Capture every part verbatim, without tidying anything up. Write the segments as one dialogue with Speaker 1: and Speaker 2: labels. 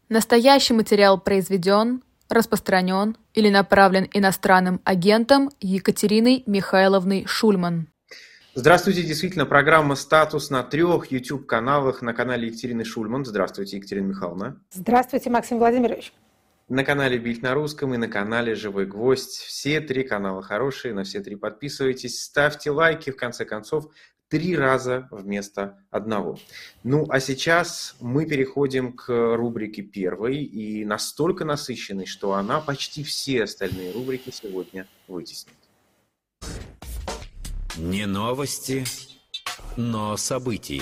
Speaker 1: Настоящий материал произведен, распространен или направлен иностранным агентом Екатериной Михайловной Шульман.
Speaker 2: Здравствуйте, действительно, программа «Статус» на трех YouTube-каналах на канале Екатерины Шульман. Здравствуйте, Екатерина Михайловна.
Speaker 3: Здравствуйте, Максим Владимирович.
Speaker 2: На канале «Бильд на русском» и на канале «Живой гвоздь». Все три канала хорошие, на все три подписывайтесь, ставьте лайки, в конце концов, три раза вместо одного. Ну, а сейчас мы переходим к рубрике первой, и настолько насыщенной, что она почти все остальные рубрики сегодня вытеснит.
Speaker 4: Не новости, но события.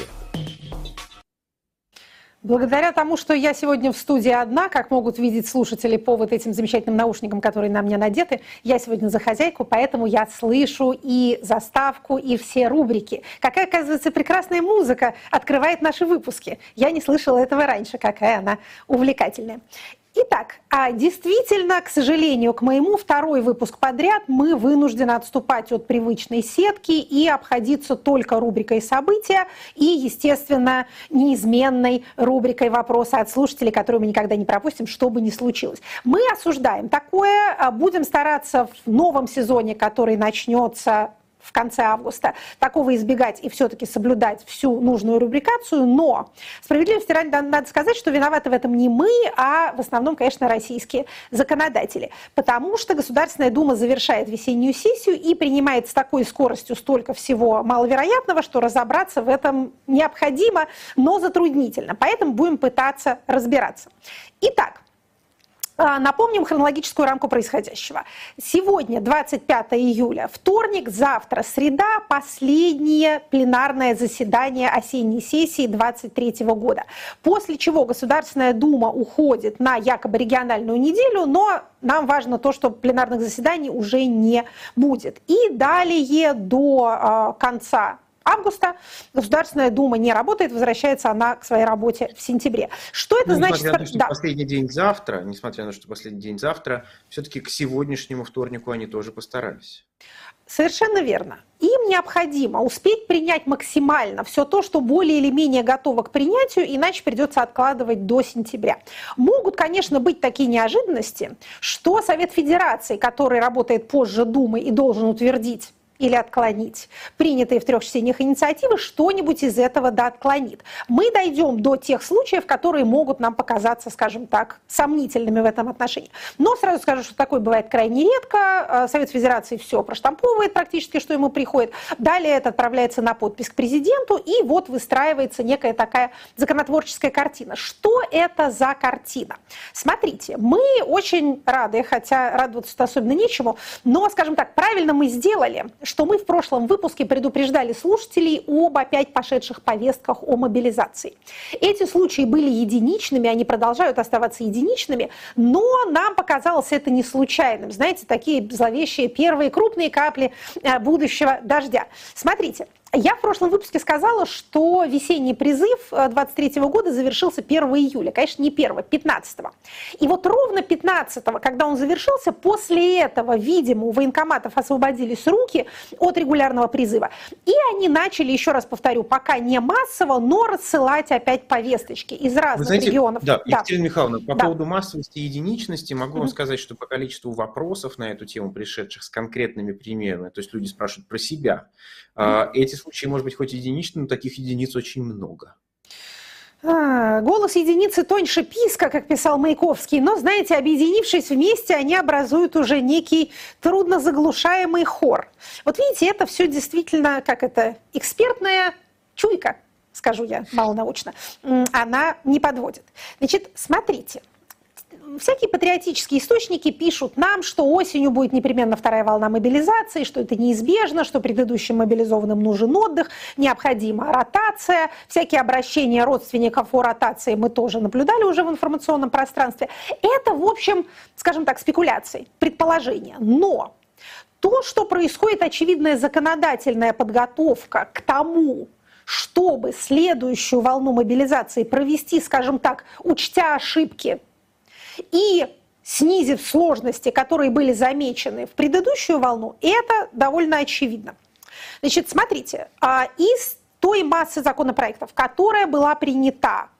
Speaker 3: Благодаря тому, что я сегодня в студии одна, как могут видеть слушатели по вот этим замечательным наушникам, которые на мне надеты, я сегодня за хозяйку, поэтому я слышу и заставку, и все рубрики. Какая, оказывается, прекрасная музыка открывает наши выпуски. Я не слышала этого раньше, какая она увлекательная. Итак, действительно, к сожалению, к моему второй выпуск подряд мы вынуждены отступать от привычной сетки и обходиться только рубрикой «События» и, естественно, неизменной рубрикой «Вопросы от слушателей», которую мы никогда не пропустим, что бы ни случилось. Мы осуждаем такое, будем стараться в новом сезоне, который начнется в конце августа, такого избегать и все-таки соблюдать всю нужную рубрикацию, но справедливости ради надо сказать, что виноваты в этом не мы, а в основном, конечно, российские законодатели, потому что Государственная Дума завершает весеннюю сессию и принимает с такой скоростью столько всего маловероятного, что разобраться в этом необходимо, но затруднительно, поэтому будем пытаться разбираться. Итак, напомним хронологическую рамку происходящего. Сегодня, двадцать пятое июля, вторник, завтра, среда, последнее пленарное заседание осенней сессии двадцать третьего года. После чего Государственная Дума уходит на якобы региональную неделю, но нам важно то, что пленарных заседаний уже не будет. И далее до э, конца августа Государственная Дума не работает, возвращается она к своей работе в сентябре. Что это
Speaker 2: ну,
Speaker 3: значит?
Speaker 2: Несмотря на то, что
Speaker 3: да.
Speaker 2: последний день завтра, несмотря на то, что последний день завтра, все-таки к сегодняшнему вторнику они тоже постарались.
Speaker 3: Совершенно верно. Им необходимо успеть принять максимально все то, что более или менее готово к принятию, иначе придется откладывать до сентября. Могут, конечно, быть такие неожиданности, что Совет Федерации, который работает позже Думы и должен утвердить или отклонить принятые в трех чтениях инициативы, что-нибудь из этого да отклонит. Мы дойдем до тех случаев, которые могут нам показаться, скажем так, сомнительными в этом отношении. Но сразу скажу, что такое бывает крайне редко. Совет Федерации все проштамповывает практически, что ему приходит. Далее это отправляется на подпись к президенту, и вот выстраивается некая такая законотворческая картина. Что это за картина? Смотрите, мы очень рады, хотя радоваться особенно нечему, но, скажем так, правильно мы сделали, что мы в прошлом выпуске предупреждали слушателей об опять пошедших повестках о мобилизации. Эти случаи были единичными, они продолжают оставаться единичными, но нам показалось это не случайным. Знаете, такие зловещие первые крупные капли будущего дождя. Смотрите. Я в прошлом выпуске сказала, что весенний призыв двадцать третьего года завершился первого июля. Конечно, не первого, пятнадцатого. И вот ровно пятнадцатого, когда он завершился, после этого, видимо, у военкоматов освободились руки от регулярного призыва. И они начали, еще раз повторю, пока не массово, но рассылать опять повесточки из разных
Speaker 2: Вы знаете,
Speaker 3: регионов.
Speaker 2: Да,
Speaker 3: да.
Speaker 2: Екатерина Михайловна, по
Speaker 3: да.
Speaker 2: поводу массовости и единичности могу
Speaker 3: Mm-hmm.
Speaker 2: вам сказать, что по количеству вопросов на эту тему, пришедших с конкретными примерами, то есть люди спрашивают про себя, mm-hmm. эти случаи, может быть, хоть единичны, но таких единиц очень много.
Speaker 3: А, голос единицы тоньше писка, как писал Маяковский, но, знаете, объединившись вместе, они образуют уже некий труднозаглушаемый хор. Вот видите, это все действительно, как это, экспертная чуйка, скажу я малонаучно, она не подводит. Значит, смотрите. Всякие патриотические источники пишут нам, что осенью будет непременно вторая волна мобилизации, что это неизбежно, что предыдущим мобилизованным нужен отдых, необходима ротация. Всякие обращения родственников о ротации мы тоже наблюдали уже в информационном пространстве. Это, в общем, скажем так, спекуляции, предположения. Но то, что происходит очевидная законодательная подготовка к тому, чтобы следующую волну мобилизации провести, скажем так, учтя ошибки, и снизив сложности, которые были замечены в предыдущую волну, это довольно очевидно. Значит, смотрите, из той массы законопроектов, которая была принята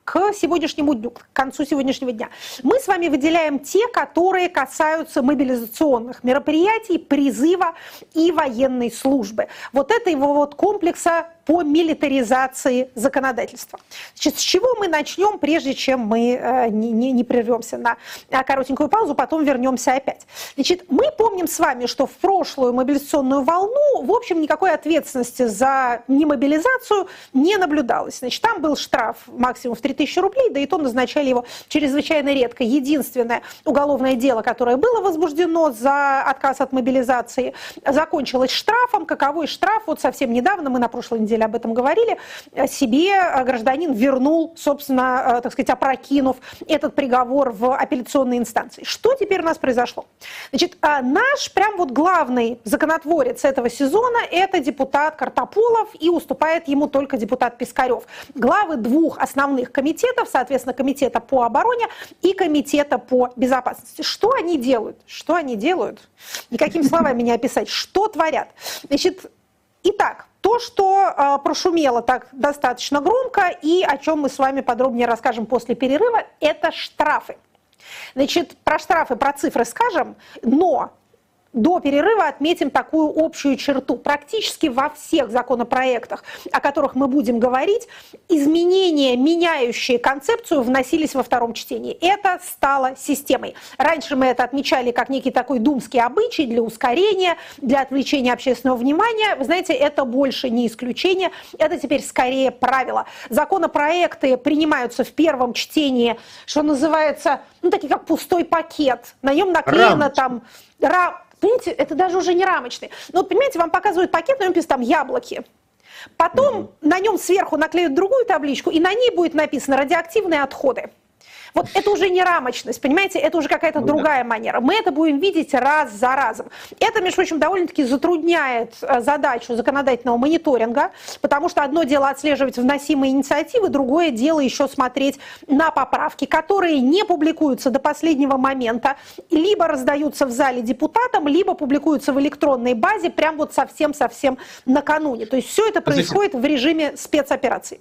Speaker 3: к сегодняшнему дню, к концу сегодняшнего дня. Мы с вами выделяем те, которые касаются мобилизационных мероприятий, призыва и военной службы. Вот этого вот комплекса по милитаризации законодательства. Значит, с чего мы начнем, прежде чем мы э, не, не, не прервемся на коротенькую паузу, потом вернемся опять. Значит, мы помним с вами, что в прошлую мобилизационную волну, в общем, никакой ответственности за немобилизацию не наблюдалось. Значит, там был штраф максимум в три тысячи рублей, да и то назначали его чрезвычайно редко. Единственное уголовное дело, которое было возбуждено за отказ от мобилизации, закончилось штрафом. Каковой штраф? Вот совсем недавно, мы на прошлой неделе об этом говорили, себе гражданин вернул, собственно, так сказать, опрокинув этот приговор в апелляционной инстанции. Что теперь у нас произошло? Значит, наш прям вот главный законотворец этого сезона – это депутат Картополов, и уступает ему только депутат Пискарев. Главы двух основных комитетов, соответственно, комитета по обороне и комитета по безопасности. Что они делают? Что они делают? Никакими словами не описать. Что творят? Значит, итак, то, что э, прошумело так достаточно громко и о чем мы с вами подробнее расскажем после перерыва, это штрафы. Значит, про штрафы, про цифры скажем, но до перерыва отметим такую общую черту. Практически во всех законопроектах, о которых мы будем говорить, изменения, меняющие концепцию, вносились во втором чтении. Это стало системой. Раньше мы это отмечали как некий такой думский обычай для ускорения, для отвлечения общественного внимания. Вы знаете, это больше не исключение, это теперь скорее правило. Законопроекты принимаются в первом чтении, что называется, ну, такие как пустой пакет. На нем наклеено там... Рам... Понимаете, это даже уже не рамочный. Но вот, понимаете, вам показывают пакет, на нем написано там яблоки. Потом mm-hmm. на нем сверху наклеют другую табличку, и на ней будет написано «радиоактивные отходы». Вот это уже не рамочность, понимаете, это уже какая-то ну, другая да. манера. Мы это будем видеть раз за разом. Это, между прочим, довольно-таки затрудняет задачу законодательного мониторинга, потому что одно дело отслеживать вносимые инициативы, другое дело еще смотреть на поправки, которые не публикуются до последнего момента, либо раздаются в зале депутатам, либо публикуются в электронной базе прям вот совсем-совсем накануне. То есть все это происходит в режиме спецоперации.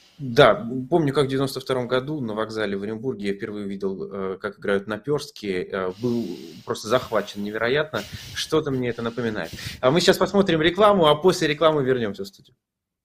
Speaker 2: Да, помню, как в девяносто втором году на вокзале в Оренбурге я впервые увидел, как играют наперстки, был просто захвачен невероятно, что-то мне это напоминает. А мы сейчас посмотрим рекламу, а после рекламы вернемся в студию.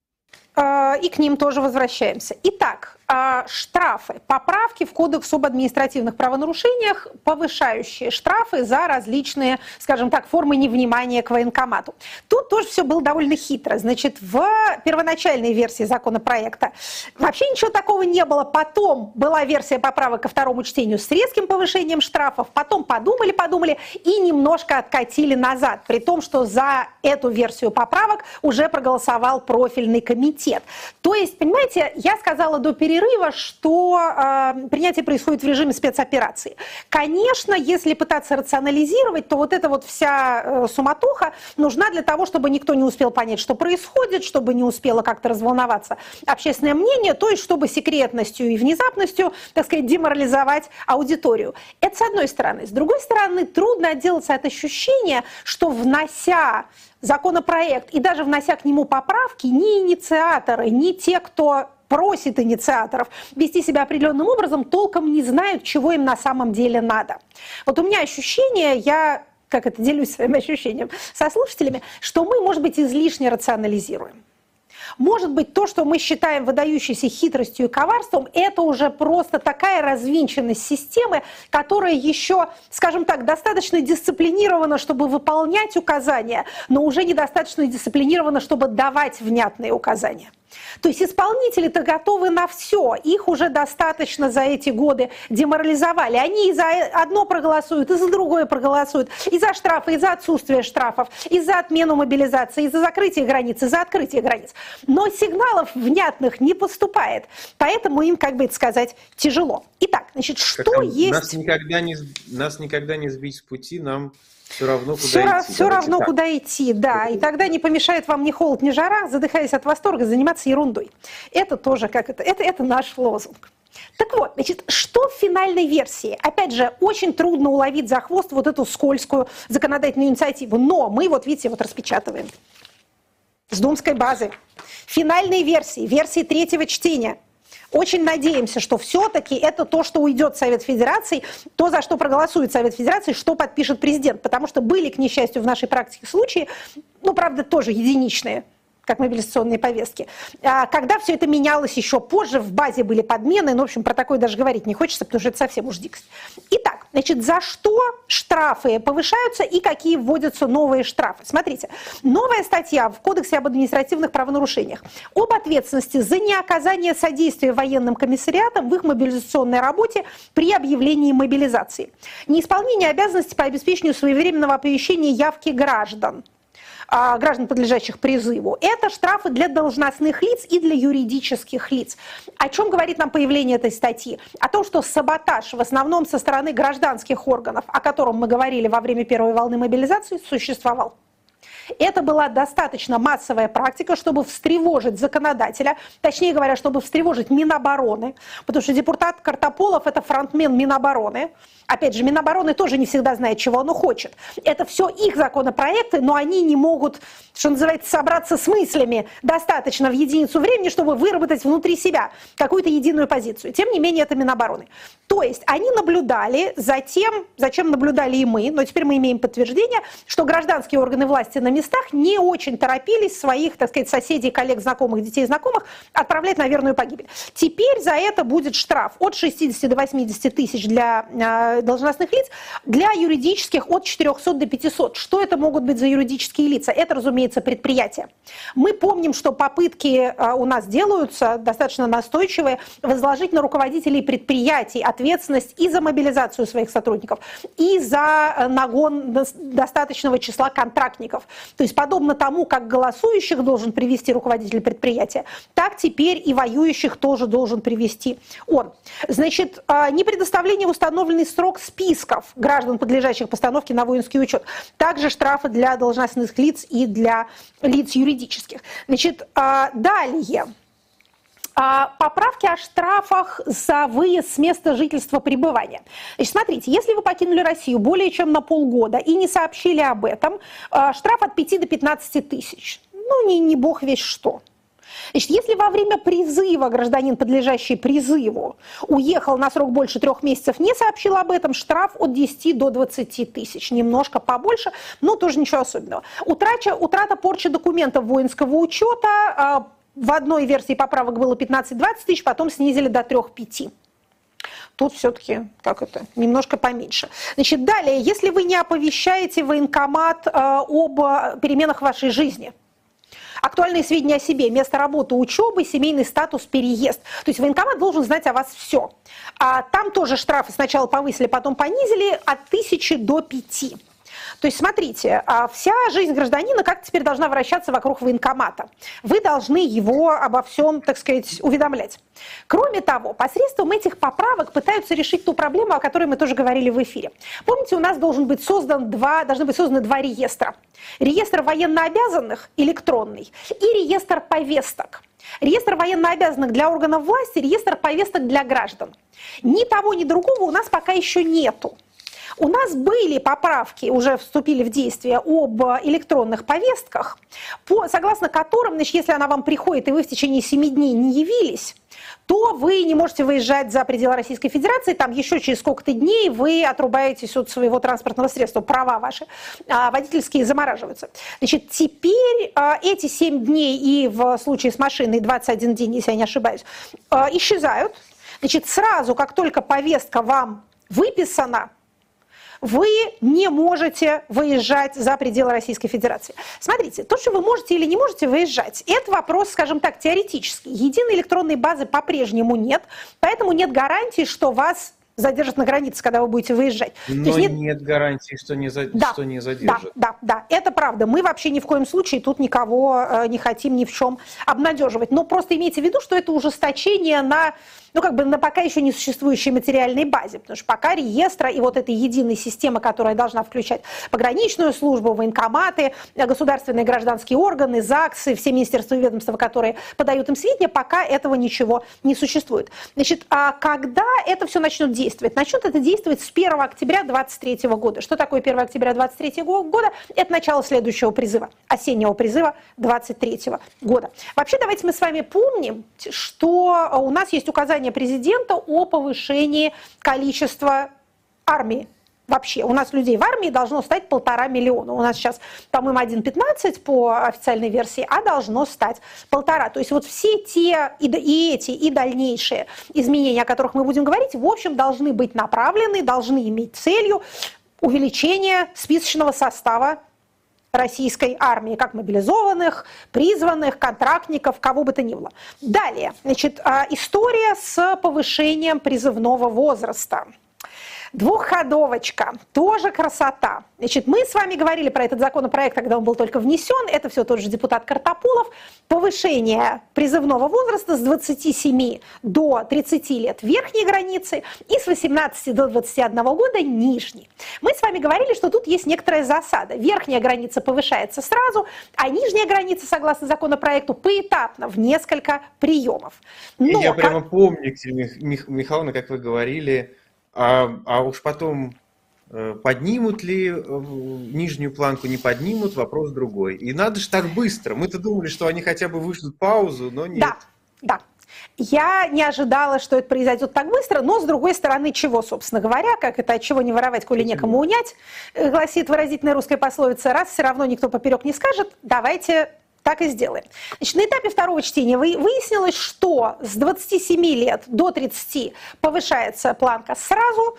Speaker 3: И к ним тоже возвращаемся. Итак, штрафы, поправки в Кодекс об административных правонарушениях, повышающие штрафы за различные, скажем так, формы невнимания к военкомату. Тут тоже все было довольно хитро. Значит, в первоначальной версии законопроекта вообще ничего такого не было. Потом была версия поправок ко второму чтению с резким повышением штрафов. Потом подумали, подумали и немножко откатили назад. При том, что за эту версию поправок уже проголосовал профильный комитет. То есть, понимаете, я сказала до перерыва, что э, принятие происходит в режиме спецоперации. Конечно, если пытаться рационализировать, то вот эта вот вся э, суматоха нужна для того, чтобы никто не успел понять, что происходит, чтобы не успело как-то разволноваться общественное мнение, то есть чтобы секретностью и внезапностью, так сказать, деморализовать аудиторию. Это с одной стороны. С другой стороны, трудно отделаться от ощущения, что внося законопроект и даже внося к нему поправки, ни инициаторы, ни те, кто просит инициаторов вести себя определенным образом, толком не знают, чего им на самом деле надо. Вот у меня ощущение, я как это делюсь своим ощущением со слушателями, что мы, может быть, излишне рационализируем. Может быть, то, что мы считаем выдающейся хитростью и коварством, это уже просто такая развинченность системы, которая еще, скажем так, достаточно дисциплинирована, чтобы выполнять указания, но уже недостаточно дисциплинирована, чтобы давать внятные указания. То есть исполнители-то готовы на все, их уже достаточно за эти годы деморализовали. Они и за одно проголосуют, и за другое проголосуют, и за штрафы, и за отсутствие штрафов, и за отмену мобилизации, и за закрытие границ, и за открытие границ. Но сигналов внятных не поступает, поэтому им, как бы это сказать, тяжело. Итак, значит, что
Speaker 2: как
Speaker 3: есть...
Speaker 2: Нас никогда, не, нас никогда не сбить с пути, нам... Все равно, куда
Speaker 3: все,
Speaker 2: идти.
Speaker 3: Все равно, так. куда идти, да. И тогда не помешает вам ни холод, ни жара, задыхаясь от восторга, заниматься ерундой. Это тоже как это, это, это наш лозунг. Так вот, значит, что в финальной версии? Опять же, очень трудно уловить за хвост вот эту скользкую законодательную инициативу. Но мы, вот видите, вот распечатываем с думской базы. Финальной версии, версии третьего чтения. Очень надеемся, что все-таки это то, что уйдет в Совет Федерации, то, за что проголосует Совет Федерации, что подпишет президент. Потому что были, к несчастью, в нашей практике случаи, ну, правда, тоже единичные, как мобилизационные повестки, когда все это менялось еще позже, в базе были подмены, ну, в общем, про такое даже говорить не хочется, потому что это совсем уж дикость. Итак, значит, за что штрафы повышаются и какие вводятся новые штрафы? Смотрите, новая статья в Кодексе об административных правонарушениях об ответственности за неоказание содействия военным комиссариатам в их мобилизационной работе при объявлении мобилизации. Неисполнение обязанностей по обеспечению своевременного оповещения явки граждан. граждан, подлежащих призыву. Это штрафы для должностных лиц и для юридических лиц. О чем говорит нам появление этой статьи? О том, что саботаж в основном со стороны гражданских органов, о котором мы говорили во время первой волны мобилизации, существовал. Это была достаточно массовая практика, чтобы встревожить законодателя, точнее говоря, чтобы встревожить Минобороны, потому что депутат Картополов – это фронтмен Минобороны. Опять же, Минобороны тоже не всегда знает, чего оно хочет. Это все их законопроекты, но они не могут, что называется, собраться с мыслями достаточно в единицу времени, чтобы выработать внутри себя какую-то единую позицию. Тем не менее, это Минобороны. То есть они наблюдали за тем, зачем наблюдали и мы, но теперь мы имеем подтверждение, что гражданские органы власти на местах не очень торопились своих, так сказать, соседей, коллег, знакомых, детей, знакомых отправлять на верную погибель. Теперь за это будет штраф от шестидесяти до восьмидесяти тысяч для э, должностных лиц, для юридических от четырехсот до пятисот. Что это могут быть за юридические лица? Это, разумеется, предприятия. Мы помним, что попытки э, у нас делаются, достаточно настойчивые, возложить на руководителей предприятий ответственность и за мобилизацию своих сотрудников, и за нагон достаточного числа контрактников. То есть подобно тому, как голосующих должен привести руководитель предприятия, так теперь и воюющих тоже должен привести он. Значит, не предоставление в установленный срок списков граждан, подлежащих постановке на воинский учет. Также штрафы для должностных лиц и для лиц юридических. Значит, далее. Поправки о штрафах за выезд с места жительства пребывания. Значит, смотрите, если вы покинули Россию более чем на полгода и не сообщили об этом, штраф от пяти до пятнадцати тысяч. Ну, не, не бог весь что. Значит, если во время призыва гражданин, подлежащий призыву, уехал на срок больше трех месяцев, не сообщил об этом, штраф от десяти до двадцати тысяч. Немножко побольше, но тоже ничего особенного. Утрача, утрата порчи документов воинского учета. В одной версии поправок было пятнадцать-двадцать тысяч, потом снизили до трёх-пяти. Тут все-таки, как это, немножко поменьше. Значит, далее, если вы не оповещаете военкомат э, об переменах в вашей жизни, актуальные сведения о себе, место работы, учебы, семейный статус, переезд. То есть военкомат должен знать о вас все. А там тоже штрафы сначала повысили, потом понизили от тысячи до пяти. То есть, смотрите, вся жизнь гражданина как теперь должна вращаться вокруг военкомата. Вы должны его обо всем, так сказать, уведомлять. Кроме того, посредством этих поправок пытаются решить ту проблему, о которой мы тоже говорили в эфире. Помните, у нас должен быть создан два, должны быть созданы два реестра. Реестр военнообязанных, электронный, и реестр повесток. Реестр военнообязанных для органов власти, реестр повесток для граждан. Ни того, ни другого у нас пока еще нету. У нас были поправки, уже вступили в действие, об электронных повестках, по, согласно которым, значит, если она вам приходит, и вы в течение семи дней не явились, то вы не можете выезжать за пределы Российской Федерации, там еще через сколько-то дней вы отрубаетесь от своего транспортного средства, права ваши водительские замораживаются. Значит, теперь эти семь дней и в случае с машиной двадцать один день, если я не ошибаюсь, исчезают. Значит, сразу, как только повестка вам выписана, вы не можете выезжать за пределы Российской Федерации. Смотрите, то, что вы можете или не можете выезжать, это вопрос, скажем так, теоретический. Единой электронной базы по-прежнему нет, поэтому нет гарантии, что вас задержат на границе, когда вы будете выезжать.
Speaker 2: Но
Speaker 3: То есть нет...
Speaker 2: нет гарантии, что не, за...
Speaker 3: да,
Speaker 2: что не задержат.
Speaker 3: Да, да, да, это правда. Мы вообще ни в коем случае тут никого э, не хотим ни в чем обнадеживать. Но просто имейте в виду, что это ужесточение на, ну, как бы на пока еще не существующей материальной базе. Потому что пока реестра и вот этой единой системы, которая должна включать пограничную службу, военкоматы, государственные гражданские органы, ЗАГСы, все министерства и ведомства, которые подают им сведения, пока этого ничего не существует. Значит, а когда это все начнет действовать? действовать? Начнет это действовать с первого октября две тысячи двадцать третьего года. Что такое первого октября две тысячи двадцать третьего года? Это начало следующего призыва, осеннего призыва две тысячи двадцать третьего года. Вообще, давайте мы с вами помним, что у нас есть указание президента о повышении количества армии. Вообще, у нас людей в армии должно стать полтора миллиона. У нас сейчас, по-моему, один пятнадцать по официальной версии, а должно стать полтора. То есть вот все те и, и эти, и дальнейшие изменения, о которых мы будем говорить, в общем, должны быть направлены, должны иметь целью увеличение списочного состава российской армии, как мобилизованных, призванных, контрактников, кого бы то ни было. Далее, значит, история с повышением призывного возраста. Двухходовочка, тоже красота. Значит, мы с вами говорили про этот законопроект, когда он был только внесен. Это все тот же депутат Картополов. Повышение призывного возраста с двадцати семи до тридцати лет верхней границы и с восемнадцати до двадцати одного года нижней. Мы с вами говорили, что тут есть некоторая засада. Верхняя граница повышается сразу, а нижняя граница, согласно законопроекту, поэтапно, в несколько приемов.
Speaker 2: Но, Я прямо как... помню, Екатерина Мих... Михайловна, как вы говорили, А, а уж потом э, поднимут ли э, нижнюю планку, не поднимут, вопрос другой. И надо же так быстро. Мы-то думали, что они хотя бы вышлют паузу, но нет.
Speaker 3: Да, да. Я не ожидала, что это произойдет так быстро, но с другой стороны, чего, собственно говоря, как это, от чего не воровать, коли некому унять, гласит выразительная русская пословица, раз все равно никто поперек не скажет, давайте... Так и сделаем. Значит, на этапе второго чтения выяснилось, что с двадцати семи лет до тридцати повышается планка сразу,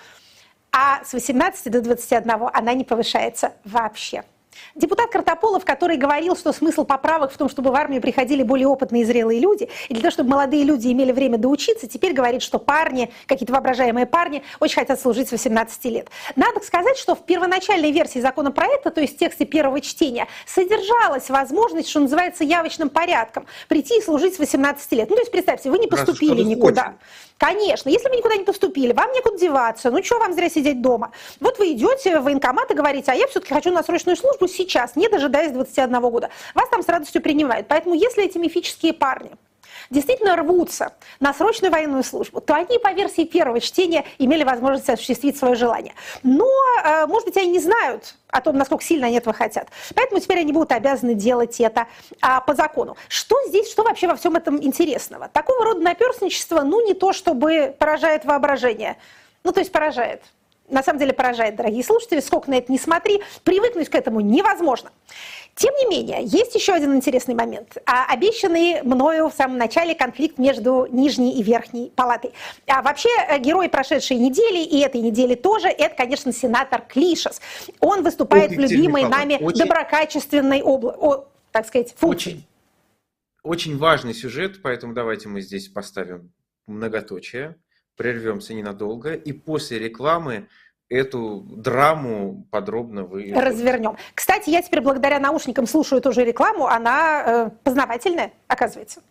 Speaker 3: а с восемнадцати до двадцати одного она не повышается вообще. Депутат Картополов, который говорил, что смысл поправок в том, чтобы в армию приходили более опытные и зрелые люди, и для того, чтобы молодые люди имели время доучиться, теперь говорит, что парни, какие-то воображаемые парни, очень хотят служить с восемнадцати лет. Надо сказать, что в первоначальной версии законопроекта, то есть в тексте первого чтения, содержалась возможность, что называется, явочным порядком, прийти и служить с восемнадцати лет. Ну, то есть, представьте, вы не поступили никуда. Хочет. Конечно, если вы никуда не поступили, вам некуда деваться, ну что вам зря сидеть дома? Вот вы идете в военкомат и говорите, а я все-таки хочу на срочную службу сейчас, не дожидаясь двадцати одного года. Вас там с радостью принимают. Поэтому если эти мифические парни действительно рвутся на срочную военную службу, то они по версии первого чтения имели возможность осуществить свое желание. Но, может быть, они не знают о том, насколько сильно они этого хотят. Поэтому теперь они будут обязаны делать это а, по закону. Что здесь, что вообще во всем этом интересного? Такого рода наперстничество, ну, не то чтобы поражает воображение. Ну, то есть поражает. На самом деле поражает, дорогие слушатели, сколько на это не смотри, привыкнуть к этому невозможно. Тем не менее, есть еще один интересный момент. Обещанный мною в самом начале конфликт между нижней и верхней палатой. А вообще, герой прошедшей недели и этой недели тоже, это, конечно, сенатор Клишес. Он выступает Ох, в любимой нами очень, доброкачественной области, так сказать, функции.
Speaker 2: Очень, очень важный сюжет, поэтому давайте мы здесь поставим многоточие, прервемся ненадолго, и после рекламы эту драму подробно вы...
Speaker 3: развернем. Кстати, я теперь благодаря наушникам слушаю тоже рекламу, она э, познавательная, оказывается.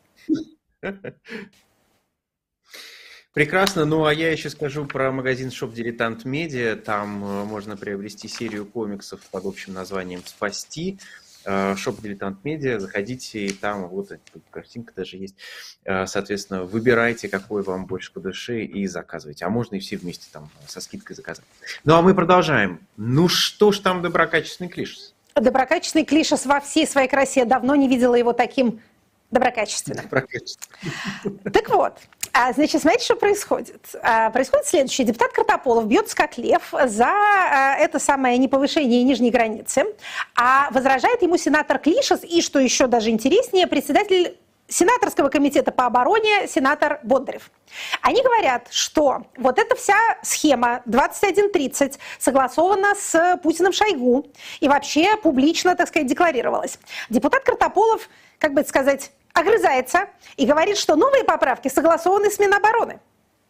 Speaker 2: Прекрасно. Ну, а я еще скажу про магазин Shop Dilettant Media. Там можно приобрести серию комиксов под общим названием «Спасти». Shop Dilettant Media, заходите, и там вот картинка даже есть. Соответственно, выбирайте, какой вам больше по душе, и заказывайте. А можно и все вместе там со скидкой заказать. Ну, а мы продолжаем. Ну, что ж там доброкачественный Клишес?
Speaker 3: Доброкачественный Клишес во всей своей красе. Давно не видела его таким доброкачественным.
Speaker 2: Доброкачественным.
Speaker 3: Так вот, значит, смотрите, что происходит. Происходит следующее. Депутат Картополов бьется как лев за это самое неповышение нижней границы, а возражает ему сенатор Клишес и, что еще даже интереснее, председатель Сенаторского комитета по обороне сенатор Бондарев. Они говорят, что вот эта вся схема двадцать один тридцать согласована с Путиным Шойгу и вообще публично, так сказать, декларировалась. Депутат Картополов, как бы сказать, огрызается и говорит, что новые поправки согласованы с Минобороны.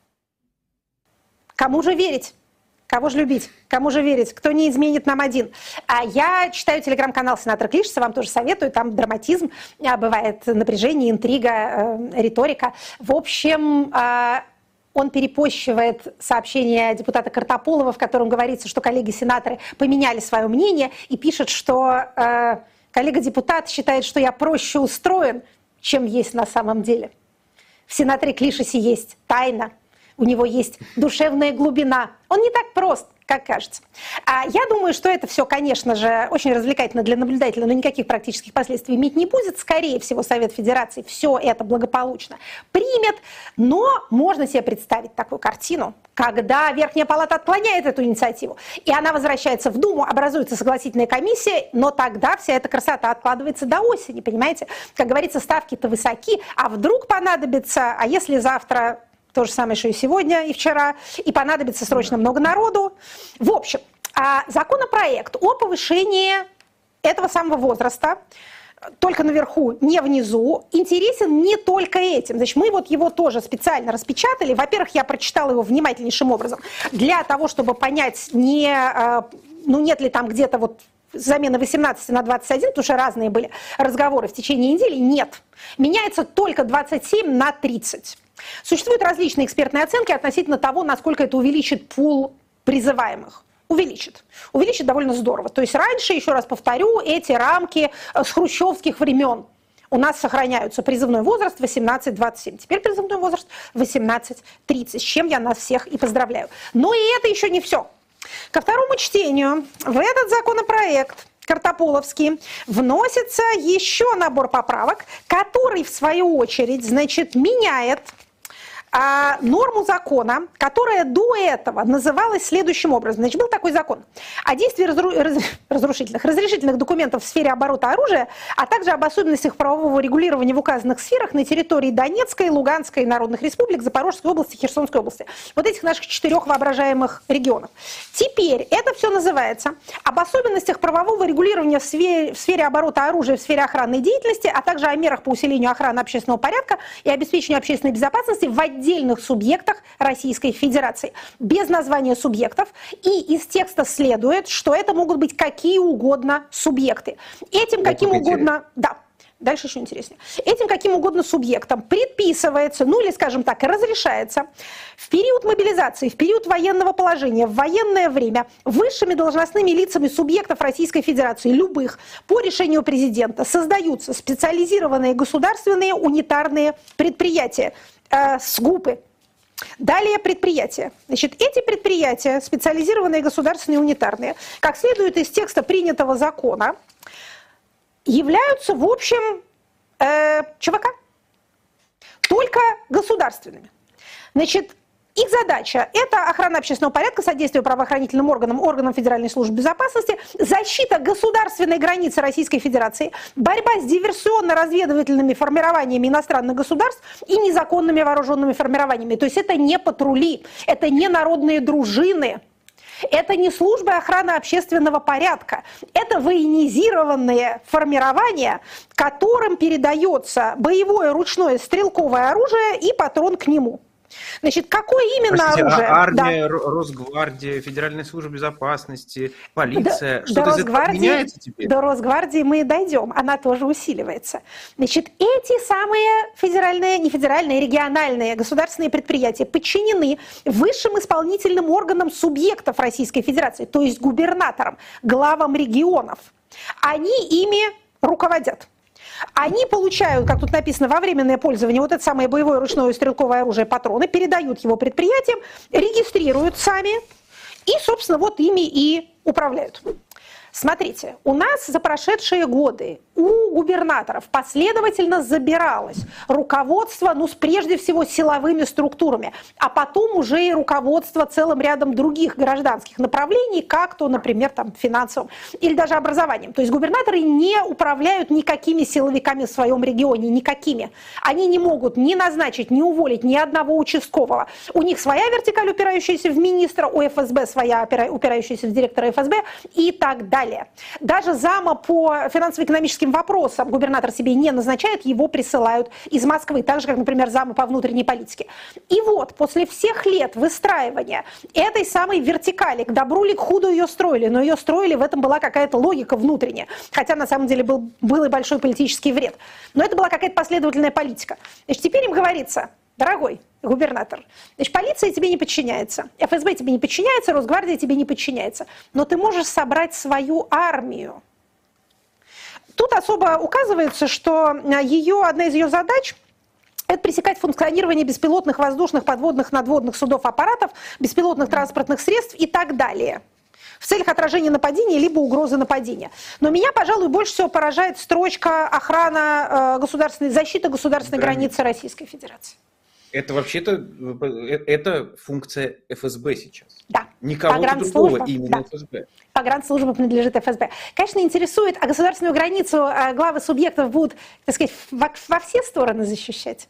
Speaker 3: Кому же верить? Кого же любить? Кому же верить? Кто не изменит нам один? А я читаю телеграм-канал сенатора Клишеса, вам тоже советую, там драматизм, бывает напряжение, интрига, риторика. В общем, он перепощивает сообщение депутата Картополова, в котором говорится, что коллеги-сенаторы поменяли свое мнение, и пишет, что коллега-депутат считает, что я проще устроен, чем есть на самом деле. В сенаторе Клишесе есть тайна. у него есть душевная глубина. Он не так прост, как кажется. А я думаю, что это все, конечно же, очень развлекательно для наблюдателя, но никаких практических последствий иметь не будет. Скорее всего, Совет Федерации все это благополучно примет, но можно себе представить такую картину, когда Верхняя Палата отклоняет эту инициативу, и она возвращается в Думу, образуется согласительная комиссия, но тогда вся эта красота откладывается до осени, понимаете? Как говорится, ставки-то высоки, а вдруг понадобится, а если завтра... То же самое, что и сегодня, и вчера, и понадобится срочно много народу. В общем, законопроект о повышении этого самого возраста, только наверху, не внизу, интересен не только этим. Значит, мы вот его тоже специально распечатали. Во-первых, я прочитала его внимательнейшим образом для того, чтобы понять, не, ну, нет ли там где-то вот замена восемнадцати на двадцать один, потому что разные были разговоры в течение недели. Нет. Меняется только двадцать семь на тридцать. Существуют различные экспертные оценки относительно того, насколько это увеличит пул призываемых. Увеличит. Увеличит довольно здорово. То есть раньше, еще раз повторю, эти рамки с хрущевских времен у нас сохраняются. Призывной возраст восемнадцать двадцать семь. Теперь призывной возраст восемнадцать тридцать, с чем я нас всех и поздравляю. Но и это еще не все. Ко второму чтению в этот законопроект Картополовский вносится еще набор поправок, который, в свою очередь, значит, меняет а, норму закона, которая до этого называлась следующим образом. Значит, был такой закон о действии разру... раз... разрушительных, разрешительных документов в сфере оборота оружия, а также об особенностях правового регулирования в указанных сферах на территории Донецкой, Луганской народных республик, Запорожской области, Херсонской области. Вот этих наших четырех воображаемых регионов. Теперь это все называется об особенностях правового регулирования в сфере, в сфере оборота оружия, в сфере охранной деятельности, а также о мерах по усилению охраны общественного порядка и обеспечению общественной безопасности в отдельных субъектах Российской Федерации. Без названия субъектов. И из текста следует, что это могут быть какие угодно субъекты. Этим каким угодно... Да. Дальше еще интереснее. Этим каким угодно субъектам предписывается, ну или, скажем так, разрешается в период мобилизации, в период военного положения, в военное время высшими должностными лицами субъектов Российской Федерации, любых, по решению президента, создаются специализированные государственные унитарные предприятия, э, СГУПы. Далее предприятия. Значит, эти предприятия, специализированные государственные унитарные, как следует из текста принятого закона, являются, в общем, э, ЧВК, только государственными. Значит, их задача – это охрана общественного порядка, содействие правоохранительным органам, органам Федеральной службы безопасности, защита государственной границы Российской Федерации, борьба с диверсионно-разведывательными формированиями иностранных государств и незаконными вооруженными формированиями. То есть это не патрули, это не народные дружины. Это не службы охраны общественного порядка, это военизированные формирования, которым передается боевое ручное стрелковое оружие и патрон к нему. Значит, какое именно
Speaker 2: Простите,
Speaker 3: оружие?
Speaker 2: А армия,
Speaker 3: да.
Speaker 2: Росгвардия, Федеральная служба безопасности, полиция,
Speaker 3: До,
Speaker 2: что-то
Speaker 3: до
Speaker 2: из этого меняется теперь?
Speaker 3: До Росгвардии мы дойдем, она тоже усиливается. Значит, эти самые федеральные, не федеральные, региональные государственные предприятия подчинены высшим исполнительным органам субъектов Российской Федерации, то есть губернаторам, главам регионов. Они ими руководят. Они получают, как тут написано, во временное пользование вот это самое боевое ручное стрелковое оружие, патроны, передают его предприятиям, регистрируют сами и, собственно, вот ими и управляют. Смотрите, у нас за прошедшие годы у губернаторов последовательно забиралось руководство, ну, прежде всего, силовыми структурами, а потом уже и руководство целым рядом других гражданских направлений, как то, например, там, финансовым или даже образованием. То есть губернаторы не управляют никакими силовиками в своем регионе, никакими. Они не могут ни назначить, ни уволить ни одного участкового. У них своя вертикаль, упирающаяся в министра, у эф эс бэ своя, упирающаяся в директора эф эс бэ и так далее. Даже зама по финансово-экономическим вопросам губернатор себе не назначает, его присылают из Москвы, так же, как, например, зама по внутренней политике. И вот, после всех лет выстраивания этой самой вертикали, к добру ли, к худу ее строили, но ее строили, в этом была какая-то логика внутренняя, хотя на самом деле был, был и большой политический вред. Но это была какая-то последовательная политика. Значит, теперь им говорится: дорогой губернатор, значит, полиция тебе не подчиняется, эф эс бэ тебе не подчиняется, Росгвардия тебе не подчиняется, но ты можешь собрать свою армию. Тут особо указывается, что ее, одна из ее задач Это пресекать функционирование беспилотных воздушных, подводных, надводных судов, аппаратов, беспилотных транспортных средств и так далее в целях отражения нападения либо угрозы нападения. Но меня, пожалуй, больше всего поражает строчка охрана э, государственной, защита государственной да. границы Российской Федерации.
Speaker 2: Это вообще-то это функция эф эс бэ сейчас.
Speaker 3: Да.
Speaker 2: Никого другого, именно да. эф эс бэ.
Speaker 3: Погранслужба принадлежит эф эс бэ. Конечно, интересует, а государственную границу главы субъектов будут, так сказать, во все стороны защищать?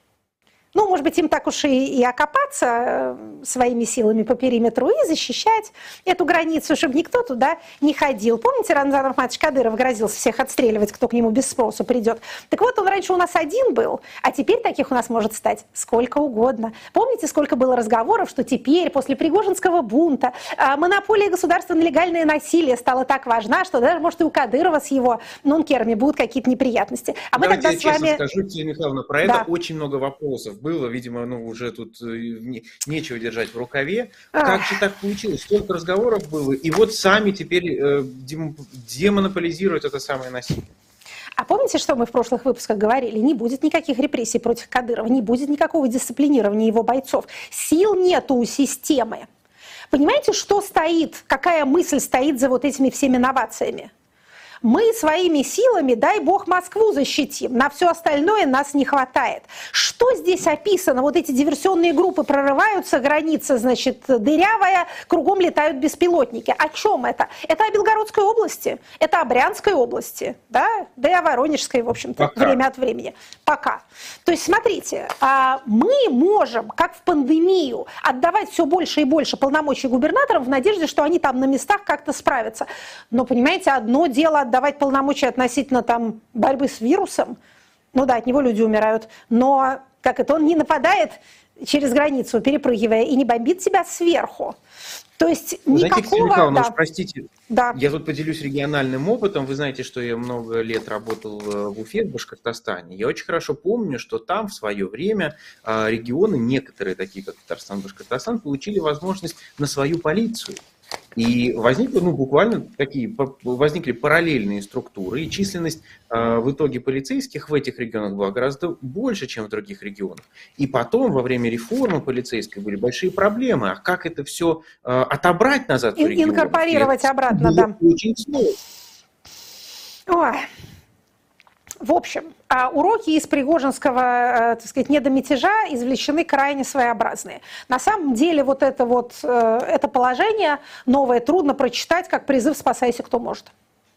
Speaker 3: Ну, может быть, им так уж и, и окопаться своими силами по периметру и защищать эту границу, чтобы никто туда не ходил. Помните, Рамзан Ахматович Кадыров грозился всех отстреливать, кто к нему без спросу придет? Так вот, он раньше у нас один был, а теперь таких у нас может стать сколько угодно. Помните, сколько было разговоров, что теперь, после Пригожинского бунта, монополия государства на легальное насилие стала так важна, что даже, может, и у Кадырова с его нункерами будут какие-то неприятности. А мы
Speaker 2: Давайте
Speaker 3: тогда
Speaker 2: я
Speaker 3: с
Speaker 2: честно
Speaker 3: вами...
Speaker 2: скажу, Екатерина Михайловна, про
Speaker 3: да.
Speaker 2: это очень много вопросов было, видимо, ну, уже тут не, нечего держать в рукаве. Как же так получилось? Столько разговоров было, и вот сами теперь э, дем, демонополизируют это самое насилие.
Speaker 3: А помните, что мы в прошлых выпусках говорили? Не будет никаких репрессий против Кадырова, не будет никакого дисциплинирования его бойцов. Сил нету у системы. Понимаете, что стоит, какая мысль стоит за вот этими всеми новациями? Мы своими силами, дай бог, Москву защитим, на все остальное нас не хватает. Что здесь описано? Вот эти диверсионные группы прорываются, граница, значит, дырявая, кругом летают беспилотники. О чем это? Это о Белгородской области, это о Брянской области, да, да и о Воронежской, в общем-то, Пока. время от времени. Пока. То есть, смотрите, мы можем, как в пандемию, отдавать все больше и больше полномочий губернаторам в надежде, что они там на местах как-то справятся. Но, понимаете, одно дело отдавать полномочия относительно там борьбы с вирусом, ну да, от него люди умирают, но как это, он не нападает через границу, перепрыгивая, и не бомбит себя сверху. То есть
Speaker 2: вы
Speaker 3: никакого...
Speaker 2: Знаете, Екатерина Михайловна,
Speaker 3: да.
Speaker 2: уж простите,
Speaker 3: да.
Speaker 2: я тут поделюсь региональным опытом. Вы знаете, что я много лет работал в Уфе, в Башкортостане. Я очень хорошо помню, что там в свое время регионы, некоторые, такие как Татарстан, Башкортостан, получили возможность на свою полицию. И возникли, ну, буквально такие, возникли параллельные структуры, и численность э, в итоге полицейских в этих регионах была гораздо больше, чем в других регионах. И потом, во время реформы полицейской, были большие проблемы. А как это все э, отобрать назад в регионы?
Speaker 3: Инкорпорировать обратно, да.
Speaker 2: Очень сложно.
Speaker 3: Ой. В общем, уроки из пригожинского, так сказать, недомятежа извлечены крайне своеобразные. На самом деле вот это вот это положение новое трудно прочитать как призыв «спасайся, кто может».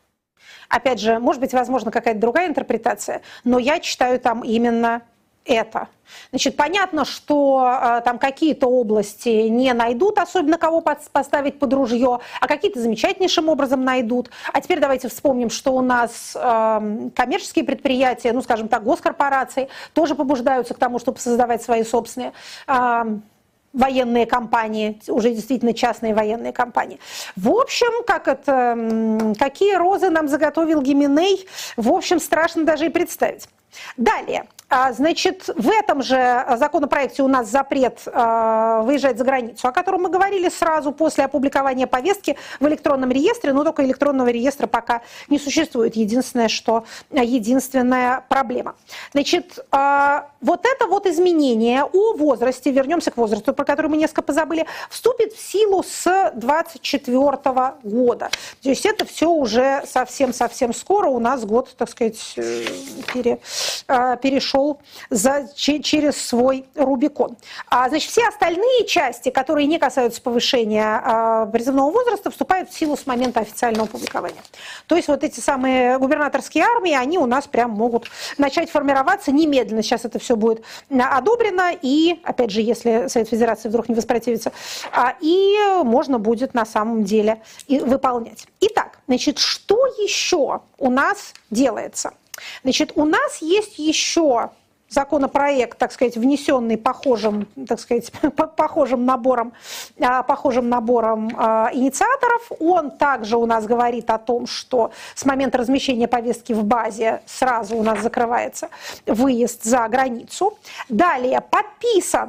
Speaker 3: Опять же, может быть, возможно, какая-то другая интерпретация, но я читаю там именно это. Значит, понятно, что э, там какие-то области не найдут, особенно кого под, поставить под ружье, а какие-то замечательнейшим образом найдут. А теперь давайте вспомним, что у нас э, коммерческие предприятия, ну, скажем так, госкорпорации, тоже побуждаются к тому, чтобы создавать свои собственные э, военные компании, уже действительно частные военные компании. В общем, как это, какие розы нам заготовил Гименей, в общем, страшно даже и представить. Далее. Значит, в этом же законопроекте у нас запрет э, выезжать за границу, о котором мы говорили сразу после опубликования повестки в электронном реестре, но только электронного реестра пока не существует. Единственное, что единственная проблема. Значит, э, вот это вот изменение о возрасте, вернемся к возрасту, про который мы несколько позабыли, вступит в силу с двадцать четвёртого года. То есть это все уже совсем-совсем скоро. У нас год, так сказать, пере, э, перешел За, через свой Рубикон. А, значит, все остальные части, которые не касаются повышения а, призывного возраста, вступают в силу с момента официального публикования. То есть вот эти самые губернаторские армии, они у нас прям могут начать формироваться немедленно. Сейчас это все будет одобрено, и, опять же, если Совет Федерации вдруг не воспротивится, а, и можно будет на самом деле и выполнять. Итак, значит, что еще у нас делается? Значит, у нас есть еще законопроект, так сказать, внесенный похожим, так сказать, похожим набором, похожим набором инициаторов. Он также у нас говорит о том, что с момента размещения повестки в базе сразу у нас закрывается выезд за границу. Далее подписан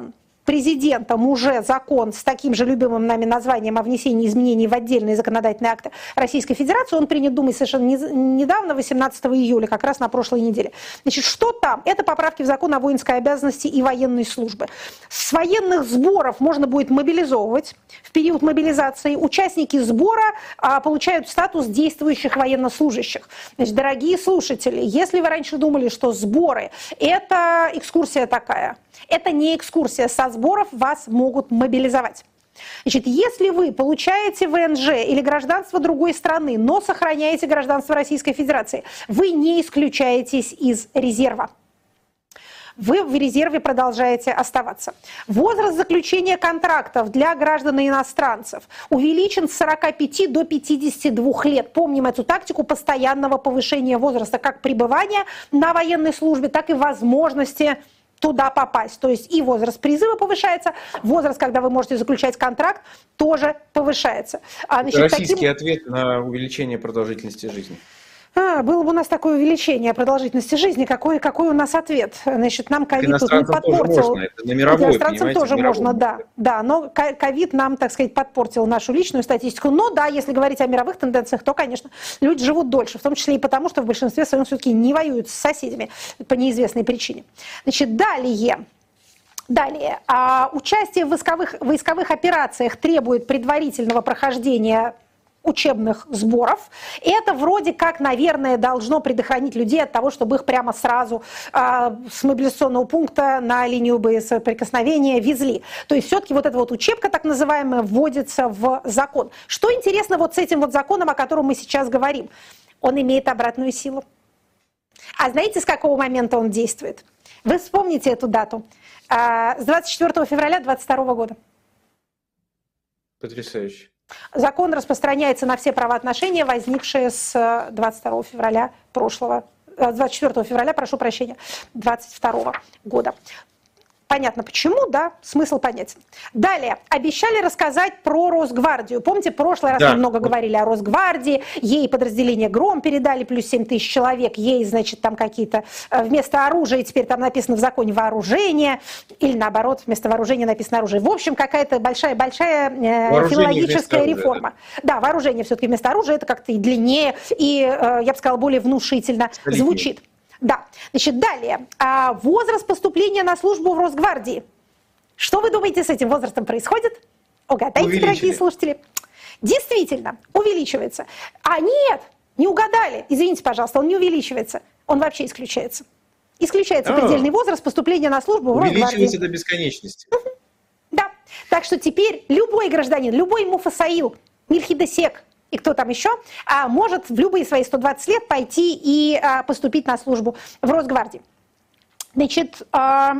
Speaker 3: президентом уже закон с таким же любимым нами названием о внесении изменений в отдельные законодательные акты Российской Федерации. Он принят Думой совершенно недавно, восемнадцатого июля, как раз на прошлой неделе. Значит, что там? Это поправки в закон о воинской обязанности и военной службе. С военных сборов можно будет мобилизовывать в период мобилизации. Участники сбора а, получают статус действующих военнослужащих. Значит, дорогие слушатели, если вы раньше думали, что сборы – это экскурсия такая, это не экскурсия, со сборов вас могут мобилизовать. Значит, если вы получаете вэ эн жэ или гражданство другой страны, но сохраняете гражданство Российской Федерации, вы не исключаетесь из резерва. Вы в резерве продолжаете оставаться. Возраст заключения контрактов для граждан и иностранцев увеличен с сорока пяти до пятидесяти двух лет. Помним эту тактику постоянного повышения возраста как пребывания на военной службе, так и возможности туда попасть. То есть и возраст призыва повышается, возраст, когда вы можете заключать контракт, тоже повышается.
Speaker 2: А, значит, российский таким... ответ на увеличение продолжительности жизни.
Speaker 3: А, было бы у нас такое увеличение продолжительности жизни, какой, какой у нас ответ? Значит, нам ковид тут не подпортил.
Speaker 2: Можно, это на мировой,
Speaker 3: иностранцам тоже можно, да, да, но ковид нам, так сказать, подпортил нашу личную статистику. Но да, если говорить о мировых тенденциях, то, конечно, люди живут дольше, в том числе и потому, что в большинстве своем все-таки не воюют с соседями по неизвестной причине. Значит, далее. Далее. А, участие в войсковых, войсковых операциях требует предварительного прохождения учебных сборов. Это вроде как, наверное, должно предохранить людей от того, чтобы их прямо сразу э, с мобилизационного пункта на линию боесоприкосновения везли. То есть все-таки вот эта вот учебка, так называемая, вводится в закон. Что интересно вот с этим вот законом, о котором мы сейчас говорим? Он имеет обратную силу. А знаете, с какого момента он действует? Вы вспомните эту дату. Э, с двадцать четвёртого февраля двадцать второго года.
Speaker 2: Потрясающе.
Speaker 3: Закон распространяется на все правоотношения, возникшие с двадцать второго февраля прошлого, двадцать четвёртого февраля, прошу прощения, двадцать второго года. Понятно почему, да, смысл понятен. Далее, обещали рассказать про Росгвардию. Помните, в прошлый раз да. мы много говорили о Росгвардии, ей подразделение «Гром» передали, плюс семь тысяч человек, ей, значит, там какие-то вместо оружия, теперь там написано в законе «вооружение», или наоборот, вместо вооружения написано «оружие». В общем, какая-то большая-большая э, филологическая реформа. Да. да, вооружение все-таки вместо оружия, это как-то и длиннее, и, э, я бы сказала, более внушительно Скорее. звучит. Да, значит, далее. А возраст поступления на службу в Росгвардии. Что вы думаете, с этим возрастом происходит? Угадайте, дорогие слушатели. Действительно, увеличивается. А нет, не угадали. Извините, пожалуйста, он не увеличивается. Он вообще исключается. Исключается А-а-а. предельный возраст поступления на службу в Росгвардии.
Speaker 2: Увеличивается до бесконечности.
Speaker 3: Да, так что теперь любой гражданин, любой Муфасаил, Мельхидесек, и кто там еще, а, может в любые свои сто двадцать лет пойти и а, поступить на службу в Росгвардии. Значит, а,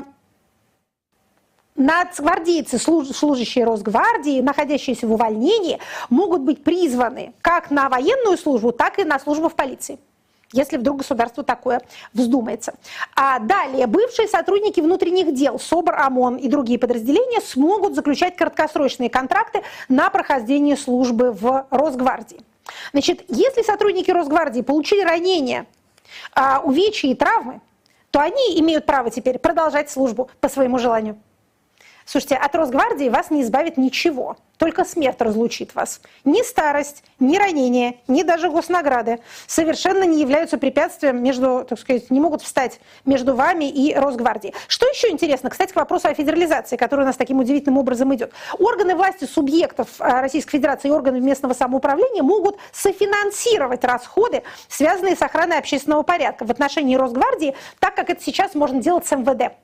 Speaker 3: нацгвардейцы, служащие Росгвардии, находящиеся в увольнении, могут быть призваны как на военную службу, так и на службу в полиции, если вдруг государство такое вздумается. А далее, бывшие сотрудники внутренних дел, СОБР, ОМОН и другие подразделения смогут заключать краткосрочные контракты на прохождение службы в Росгвардии. Значит, если сотрудники Росгвардии получили ранения, увечья и травмы, то они имеют право теперь продолжать службу по своему желанию. Слушайте, от Росгвардии вас не избавит ничего, только смерть разлучит вас. Ни старость, ни ранение, ни даже госнаграды совершенно не являются препятствием между, так сказать, не могут встать между вами и Росгвардией. Что еще интересно, кстати, к вопросу о федерализации, который у нас таким удивительным образом идет. Органы власти субъектов Российской Федерации и органы местного самоуправления могут софинансировать расходы, связанные с охраной общественного порядка в отношении Росгвардии, так как это сейчас можно делать с эм вэ дэ.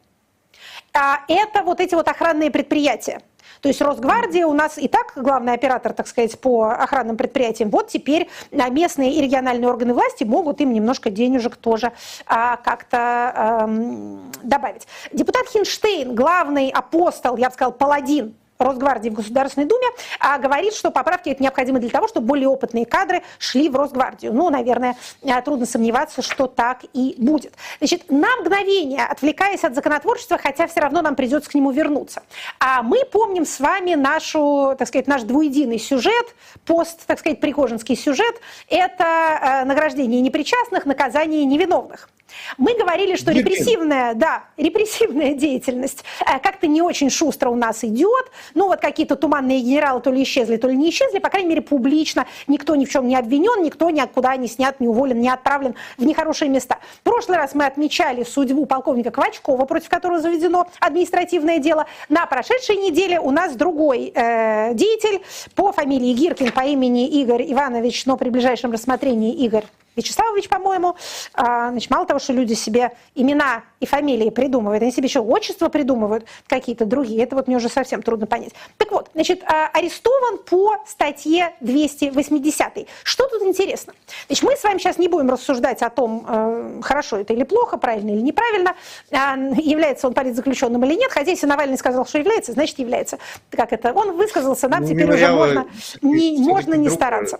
Speaker 3: Это вот эти вот охранные предприятия. То есть Росгвардия у нас и так главный оператор, так сказать, по охранным предприятиям. Вот теперь местные и региональные органы власти могут им немножко денежек тоже а, как-то эм, добавить. Депутат Хинштейн, главный апостол, я бы сказала, паладин Росгвардии в Государственной Думе, а, говорит, что поправки это необходимы для того, чтобы более опытные кадры шли в Росгвардию. Ну, наверное, трудно сомневаться, что так и будет. Значит, на мгновение, отвлекаясь от законотворчества, хотя все равно нам придется к нему вернуться. А мы помним с вами нашу, так сказать, наш двуединый сюжет, пост, так сказать, пригожинский сюжет, это э, награждение непричастных, наказание невиновных. Мы говорили, что
Speaker 2: Гиркин.
Speaker 3: репрессивная, да, репрессивная деятельность э, как-то не очень шустро у нас идет. Ну вот какие-то туманные генералы то ли исчезли, то ли не исчезли. По крайней мере, публично никто ни в чем не обвинен, никто никуда не снят, не уволен, не отправлен в нехорошие места. В прошлый раз мы отмечали судьбу полковника Квачкова, против которого заведено административное дело. На прошедшей неделе у нас другой э, деятель по фамилии Гиркин, по имени Игорь Иванович, но при ближайшем рассмотрении Игорь Вячеславович, по-моему. А, значит, мало того, что люди себе имена и фамилии придумывают, они себе еще отчества придумывают какие-то другие. Это вот мне уже совсем трудно понять. Так вот, значит, арестован по статье двести восемьдесят. Что тут интересно? Значит, мы с вами сейчас не будем рассуждать о том, хорошо это или плохо, правильно или неправильно, является он политзаключенным или нет. Хотя если Навальный сказал, что является, значит является. Как это? Он высказался, нам ну, теперь уже можно не, можно не стараться.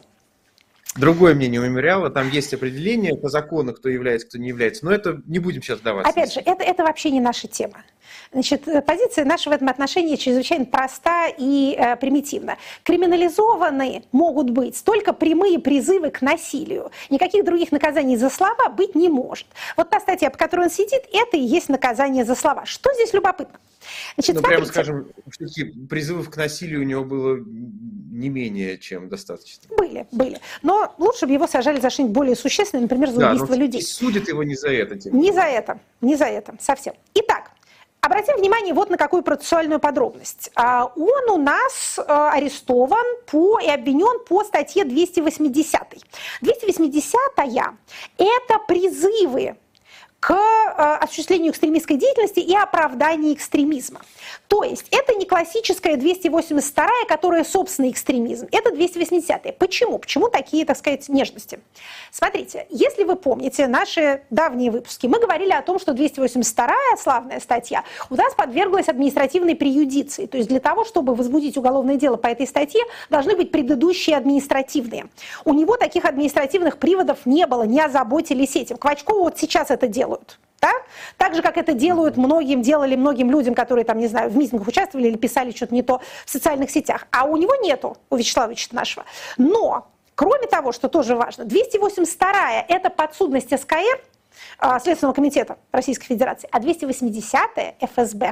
Speaker 2: Другое мнение у мемориала, там есть определение по закону, кто является, кто не является, но это не будем сейчас даваться.
Speaker 3: Опять же, это, это вообще не наша тема. Значит, позиция наша в этом отношении чрезвычайно проста и э, примитивна. Криминализованы могут быть только прямые призывы к насилию. Никаких других наказаний за слова быть не может. Вот та статья, по которой он сидит, это и есть наказание за слова. Что здесь любопытно? Значит,
Speaker 2: ну,
Speaker 3: смотрите.
Speaker 2: прямо скажем, все-таки призывов к насилию у него было не менее чем достаточно.
Speaker 3: Были, были. Но лучше бы его сажали за что-нибудь более существенное, например, за
Speaker 2: да,
Speaker 3: убийство людей.
Speaker 2: Судят его не за это. Тем
Speaker 3: не за это, не за это, совсем. Итак, обратим внимание вот на какую процессуальную подробность. Он у нас арестован по, и обвинен по статье двести восемьдесят. двести восьмидесятая – это призывы к осуществлению экстремистской деятельности и оправданию экстремизма. То есть это не классическая двести восемьдесят вторая, которая собственный экстремизм. Это двести восьмидесятая. Почему? Почему такие, так сказать, нежности? Смотрите, если вы помните наши давние выпуски, мы говорили о том, что двести восемьдесят вторая, славная статья, у нас подверглась административной преюдиции. То есть для того, чтобы возбудить уголовное дело по этой статье, должны быть предыдущие административные. У него таких административных приводов не было, не озаботились этим. Квачкову вот сейчас это делают. Да? Так же, как это делают многим, делали многим людям, которые там, не знаю, в митингах участвовали или писали что-то не то в социальных сетях. А у него нету, у Вячеславовича нашего. Но, кроме того, что тоже важно, двести восемьдесят вторая – это подсудность СКР, Следственного комитета Российской Федерации, а двести восьмидесятая – эф эс бэ.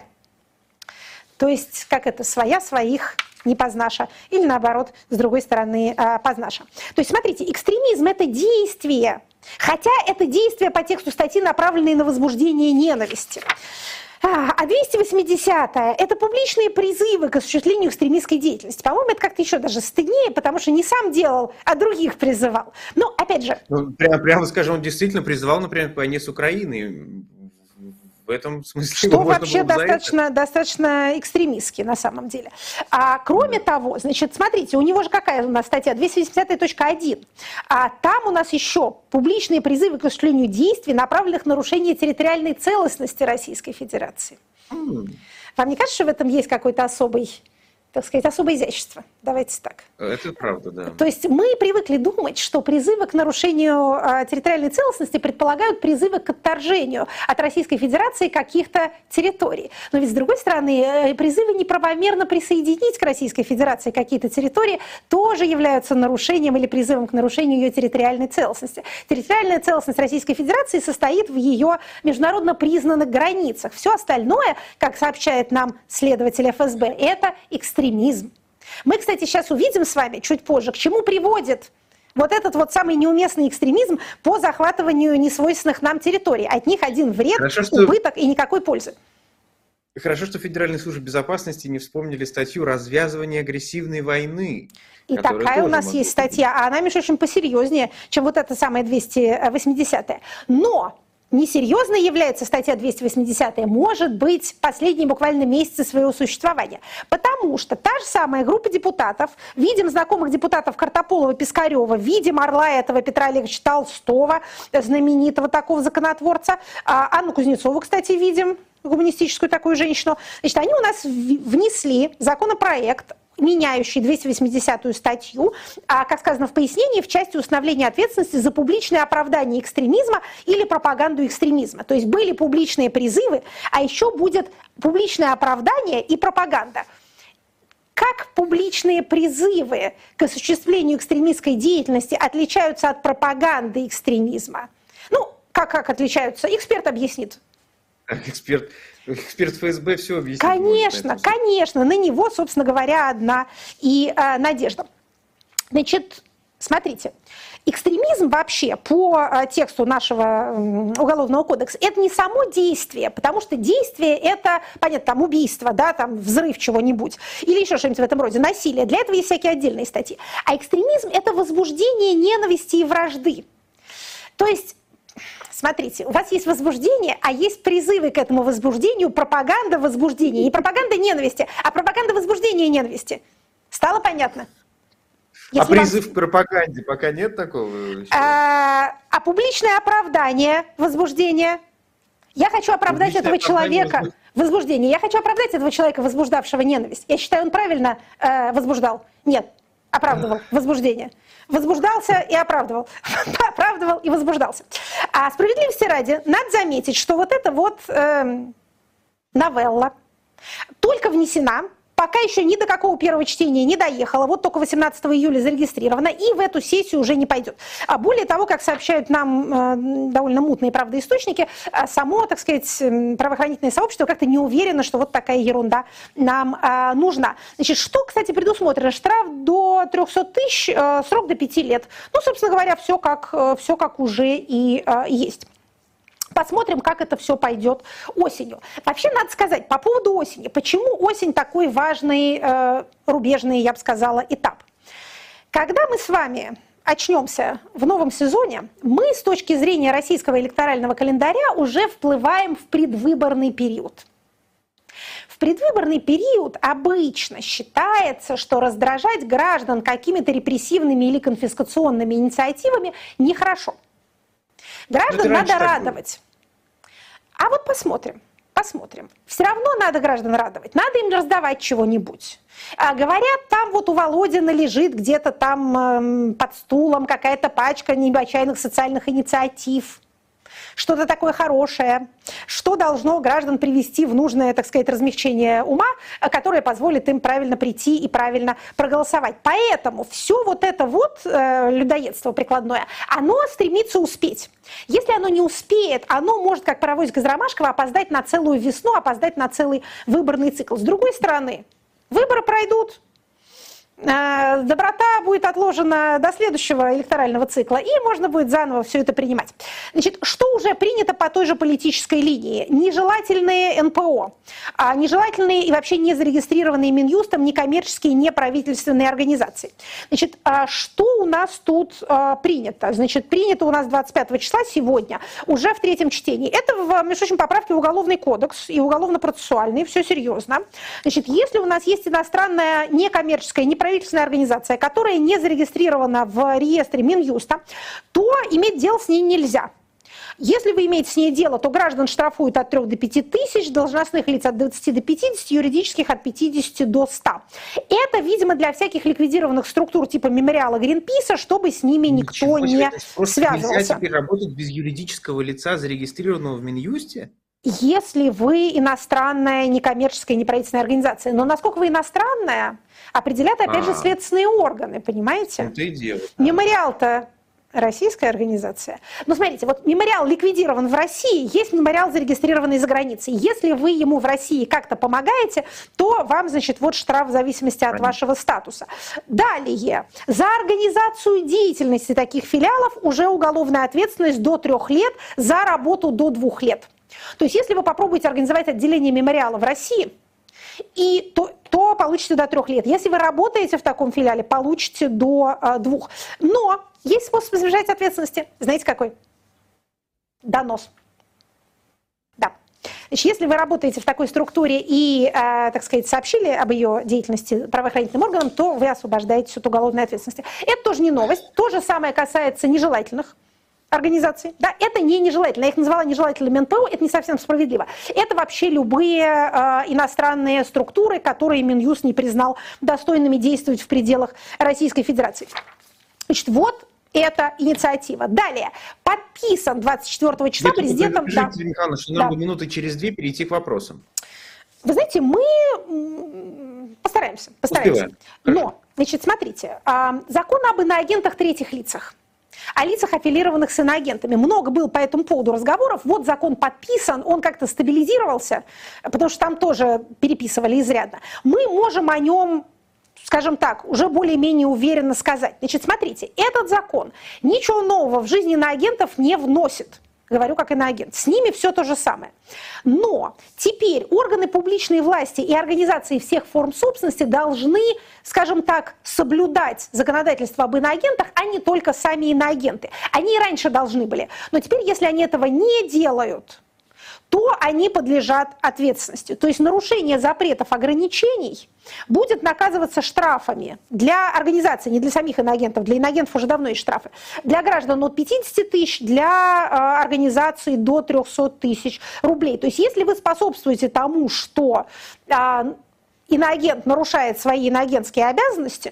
Speaker 3: То есть, как это, своя своих не познаша, или наоборот, с другой стороны, познаша. То есть, смотрите, экстремизм – это действие, хотя это действие по тексту статьи, направленные на возбуждение ненависти. А двести восьмидесятая – это публичные призывы к осуществлению экстремистской деятельности. По-моему, это как-то еще даже стыднее, потому что не сам делал, а других призывал. Но, опять же…
Speaker 2: Ну, прямо, прямо скажем, он действительно призывал, например, к войне с Украиной. В этом смысле
Speaker 3: что вообще достаточно, достаточно экстремистски на самом деле. А кроме да. того, значит, смотрите, у него же какая у нас статья двести восемьдесят точка один. А там у нас еще публичные призывы к осуществлению действий, направленных на нарушение территориальной целостности Российской Федерации. Mm. Вам не кажется, что в этом есть какой-то особый, так сказать, особое изящество? Давайте так.
Speaker 2: Это правда, да.
Speaker 3: То есть мы привыкли думать, что призывы к нарушению э, территориальной целостности предполагают призывы к отторжению от Российской Федерации каких-то территорий. Но ведь, с другой стороны, э, призывы неправомерно присоединить к Российской Федерации какие-то территории тоже являются нарушением или призывом к нарушению ее территориальной целостности. Территориальная целостность Российской Федерации состоит в ее международно признанных границах. Все остальное, как сообщает нам следователь эф эс бэ, это экстремизм. Мы, кстати, сейчас увидим с вами чуть позже, к чему приводит вот этот вот самый неуместный экстремизм по захватыванию несвойственных нам территорий. От них один вред, Хорошо, что... убыток и никакой пользы.
Speaker 2: Хорошо, что Федеральная служба безопасности не вспомнили статью «Развязывание агрессивной войны».
Speaker 3: И такая у нас есть статья, а она, между прочим, посерьезнее, чем вот эта самая двести восьмидесятая. Но несерьезной является статья двести восьмидесятая, может быть, последние буквально месяцы своего существования. Потому что та же самая группа депутатов, видим знакомых депутатов Картополова, Пискарева, видим орла этого Петра Олеговича Толстого, знаменитого такого законотворца, Анну Кузнецову, кстати, видим, гуманистическую такую женщину. Значит, они у нас внесли законопроект, меняющий двести восьмидесятую статью, а, как сказано в пояснении, в части установления ответственности за публичное оправдание экстремизма или пропаганду экстремизма. То есть были публичные призывы, а еще будет публичное оправдание и пропаганда. Как публичные призывы к осуществлению экстремистской деятельности отличаются от пропаганды экстремизма? Ну, Как, как отличаются? Эксперт объяснит.
Speaker 2: Эксперт, эксперт ФСБ все объяснит.
Speaker 3: Конечно,
Speaker 2: может,
Speaker 3: конечно. На него, собственно говоря, одна и э, надежда. Значит, смотрите. Экстремизм вообще по э, тексту нашего э, Уголовного кодекса – это не само действие, потому что действие – это, понятно, там убийство, да, там взрыв чего-нибудь или еще что-нибудь в этом роде, насилие. Для этого есть всякие отдельные статьи. А экстремизм – это возбуждение ненависти и вражды. То есть, смотрите, у вас есть возбуждение, а есть призывы к этому возбуждению, пропаганда возбуждения. Не пропаганда ненависти, а пропаганда возбуждения ненависти. Стало понятно? Если
Speaker 2: а призыв
Speaker 3: вам...
Speaker 2: к пропаганде пока нет такого?
Speaker 3: А, а публичное оправдание возбуждения. Я хочу оправдать
Speaker 2: Публичное
Speaker 3: этого человека.
Speaker 2: возбуж...
Speaker 3: Возбуждение. Я хочу оправдать этого человека, возбуждавшего ненависть. Я считаю, он правильно э, возбуждал. Нет, оправдывал возбуждение. Возбуждался и оправдывал. Оправдывал и возбуждался. А справедливости ради, надо заметить, что вот эта вот э, новелла только внесена, пока еще ни до какого первого чтения не доехала, вот только восемнадцатого июля зарегистрирована, и в эту сессию уже не пойдет. А более того, как сообщают нам э, довольно мутные, правда, источники, э, само, так сказать, правоохранительное сообщество как-то не уверено, что вот такая ерунда нам э, нужна. Значит, что, кстати, предусмотрено? Штраф до трехсот тысяч, э, срок до пяти лет. Ну, собственно говоря, все как, э, все как уже и э, есть. Посмотрим, как это все пойдет осенью. Вообще, надо сказать, по поводу осени. Почему осень такой важный, э, рубежный, я бы сказала, этап? Когда мы с вами очнемся в новом сезоне, мы с точки зрения российского электорального календаря уже вплываем в предвыборный период. В предвыборный период обычно считается, что раздражать граждан какими-то репрессивными или конфискационными инициативами нехорошо. Граждан надо радовать. А вот посмотрим, посмотрим. Все равно надо граждан радовать, надо им раздавать чего-нибудь. А говорят, там вот у Володина лежит где-то там э, под стулом какая-то пачка необычайных социальных инициатив. Что-то такое хорошее, что должно граждан привести в нужное, так сказать, размягчение ума, которое позволит им правильно прийти и правильно проголосовать. Поэтому все вот это вот э, людоедство прикладное, оно стремится успеть. Если оно не успеет, оно может, как паровозик из Ромашкова, опоздать на целую весну, опоздать на целый выборный цикл. С другой стороны, выборы пройдут, доброта будет отложена до следующего электорального цикла, и можно будет заново все это принимать. Значит, что уже принято по той же политической линии? Нежелательные эн пэ о, а нежелательные и вообще не зарегистрированные Минюстом некоммерческие, неправительственные организации. Значит, что у нас тут принято? Значит, принято у нас двадцать пятого числа сегодня, уже в третьем чтении. Это, между прочим, поправки в Уголовный кодекс и уголовно-процессуальный, все серьезно. Значит, если у нас есть иностранная некоммерческая, неправительственная правительственная организация, которая не зарегистрирована в реестре Минюста, то иметь дело с ней нельзя. Если вы имеете с ней дело, то граждан штрафуют от трёх до пяти тысяч, должностных лиц от двадцати до пятидесяти, юридических от пятидесяти до ста. Это, видимо, для всяких ликвидированных структур типа Мемориала, Гринписа, чтобы с ними никто
Speaker 2: Ничего
Speaker 3: не
Speaker 2: себе,
Speaker 3: связывался.
Speaker 2: Нельзя теперь работать без юридического лица, зарегистрированного в Минюсте?
Speaker 3: Если вы иностранная, некоммерческая, неправительственная организация. Но насколько вы иностранная, определяют, опять
Speaker 2: А.
Speaker 3: же, следственные органы, понимаете?
Speaker 2: Это и дело.
Speaker 3: Мемориал-то российская организация. Но смотрите, вот мемориал ликвидирован в России, есть мемориал, зарегистрированный за границей. Если вы ему в России как-то помогаете, то вам, значит, вот штраф в зависимости от вашего статуса. Далее, за организацию деятельности таких филиалов уже уголовная ответственность до трех лет, за работу до двух лет. То есть если вы попробуете организовать отделение мемориала в России, и то, то получите до трех лет. Если вы работаете в таком филиале, получите до э, двух. Но есть способ избежать ответственности. Знаете какой? Донос. Да. Значит, если вы работаете в такой структуре и, э, так сказать, сообщили об ее деятельности правоохранительным органам, то вы освобождаетесь от уголовной ответственности. Это тоже не новость. То же самое касается нежелательных организаций. Да, это не нежелательно. Я их назвала нежелательными эн пэ о, это не совсем справедливо. Это вообще любые э, иностранные структуры, которые Минюст не признал достойными действовать в пределах Российской Федерации. Значит, вот эта инициатива. Далее. Подписан двадцать четвёртого числа
Speaker 2: Вы
Speaker 3: президентом...
Speaker 2: Скажите,
Speaker 3: да,
Speaker 2: Михайловна, что нам
Speaker 3: да.
Speaker 2: бы минуты через две перейти к вопросам.
Speaker 3: Вы знаете, мы постараемся. постараемся. Но, значит, смотрите. Закон об иноагентах третьих лицах. о лицах, аффилированных с иноагентами. Много было по этому поводу разговоров. Вот закон подписан, он как-то стабилизировался, потому что там тоже переписывали изрядно. Мы можем о нем, скажем так, уже более-менее уверенно сказать. Значит, смотрите, этот закон ничего нового в жизнь иноагентов не вносит. Говорю как иноагент. С ними все то же самое. Но теперь органы публичной власти и организации всех форм собственности должны, скажем так, соблюдать законодательство об иноагентах, а не только сами иноагенты. Они и раньше должны были. Но теперь, если они этого не делают, то они подлежат ответственности. То есть нарушение запретов, ограничений будет наказываться штрафами для организаций, не для самих иноагентов, для иноагентов уже давно есть штрафы, для граждан от пятидесяти тысяч, для э, организаций до трехсот тысяч рублей. То есть если вы способствуете тому, что э, иноагент нарушает свои иноагентские обязанности,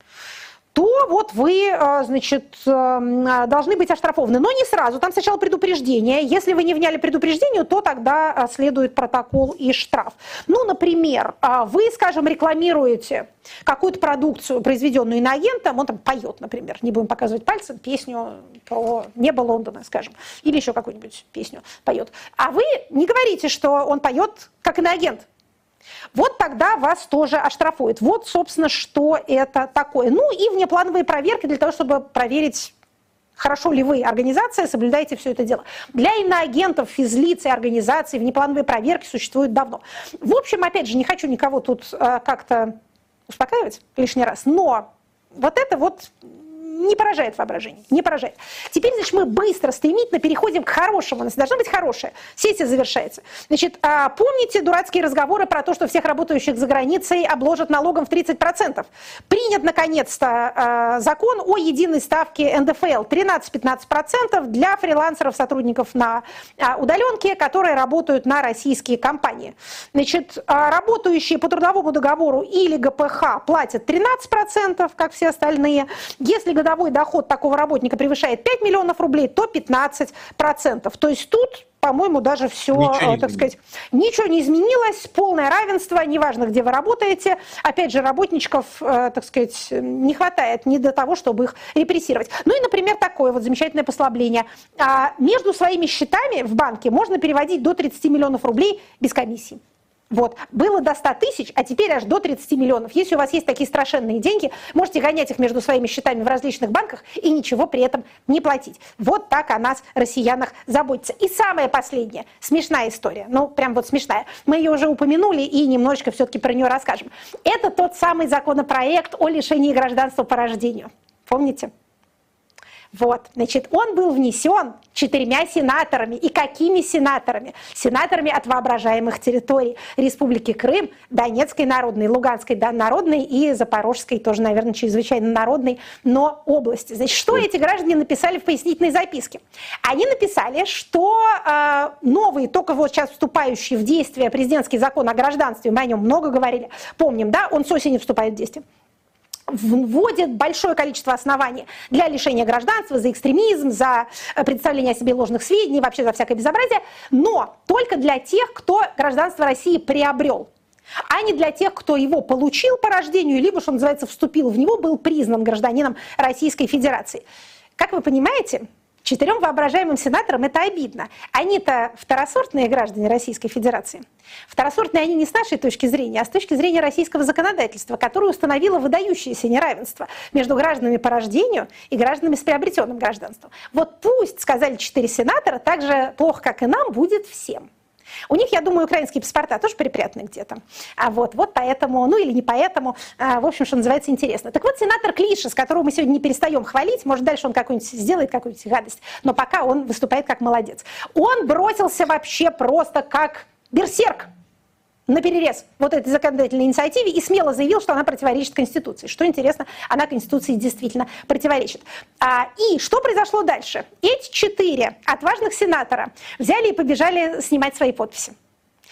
Speaker 3: то вот вы, значит, должны быть оштрафованы. Но не сразу, там сначала предупреждение. Если вы не вняли предупреждению, то тогда следует протокол и штраф. Ну, например, вы, скажем, рекламируете какую-то продукцию, произведенную иноагентом, он там поет, например, не будем показывать пальцем, песню про «Небо Лондона», скажем, или еще какую-нибудь песню поет. А вы не говорите, что он поет как иноагент. Вот тогда вас тоже оштрафуют. Вот, собственно, что это такое. Ну и внеплановые проверки для того, чтобы проверить, хорошо ли вы, организация, соблюдаете все это дело. Для иноагентов, физлиц и организаций внеплановые проверки существуют давно. В общем, опять же, не хочу никого тут э, как-то успокаивать лишний раз, но вот это вот не поражает воображение, не поражает. Теперь, значит, мы быстро, стремительно переходим к хорошему. У нас должна быть хорошая. Сессия завершается. Значит, помните дурацкие разговоры про то, что всех работающих за границей обложат налогом в тридцать процентов? Принят, наконец-то, закон о единой ставке эн дэ эф эл тринадцать-пятнадцать процентов для фрилансеров, сотрудников на удаленке, которые работают на российские компании. Значит, работающие по трудовому договору или гэ пэ ха платят тринадцать процентов, как все остальные. Если годовой доход такого работника превышает пять миллионов рублей, то пятнадцать процентов. То есть тут, по-моему, даже все, ничего так сказать, ничего не изменилось, полное равенство, неважно, где вы работаете. Опять же, работничков, так сказать, не хватает ни до того, чтобы их репрессировать. Ну и, например, такое вот замечательное послабление. Между своими счетами в банке можно переводить до тридцати миллионов рублей без комиссии. Вот. Было до ста тысяч, а теперь аж до тридцати миллионов. Если у вас есть такие страшенные деньги, можете гонять их между своими счетами в различных банках и ничего при этом не платить. Вот так о нас, россиянах, заботится. И самое последнее, смешная история, ну прям вот смешная. Мы ее уже упомянули и немножечко все-таки про нее расскажем. Это тот самый законопроект о лишении гражданства по рождению. Помните? Вот, значит, он был внесен четырьмя сенаторами. И какими сенаторами? Сенаторами от воображаемых территорий. Республики Крым, Донецкой народной, Луганской да, народной и Запорожской, тоже, наверное, чрезвычайно народной, но области. Значит, что эти граждане написали в пояснительной записке? Они написали, что э, новый, только вот сейчас вступающий в действие президентский закон о гражданстве, мы о нем много говорили, помним, да, он с осени вступает в действие, вводит большое количество оснований для лишения гражданства за экстремизм, за представление о себе ложных сведений, вообще за всякое безобразие, но только для тех, кто гражданство России приобрел, а не для тех, кто его получил по рождению, либо, что называется, вступил в него, был признан гражданином Российской Федерации. Как вы понимаете, четырем воображаемым сенаторам это обидно. Они-то второсортные граждане Российской Федерации. Второсортные они не с нашей точки зрения, а с точки зрения российского законодательства, которое установило выдающееся неравенство между гражданами по рождению и гражданами с приобретенным гражданством. Вот пусть, сказали четыре сенатора, так же плохо, как и нам, будет всем. У них, я думаю, украинские паспорта тоже припрятаны где-то. А вот, вот поэтому, ну или не поэтому, а, в общем, что называется, интересно. Так вот, сенатор Клишес, которого мы сегодня не перестаем хвалить, может, дальше он какую-нибудь сделает, какую-нибудь гадость, но пока он выступает как молодец. Он бросился вообще просто как берсерк на перерез вот этой законодательной инициативе и смело заявил, что она противоречит Конституции. Что интересно, она Конституции действительно противоречит. А, и что произошло дальше? Эти четыре отважных сенатора взяли и побежали снимать свои подписи.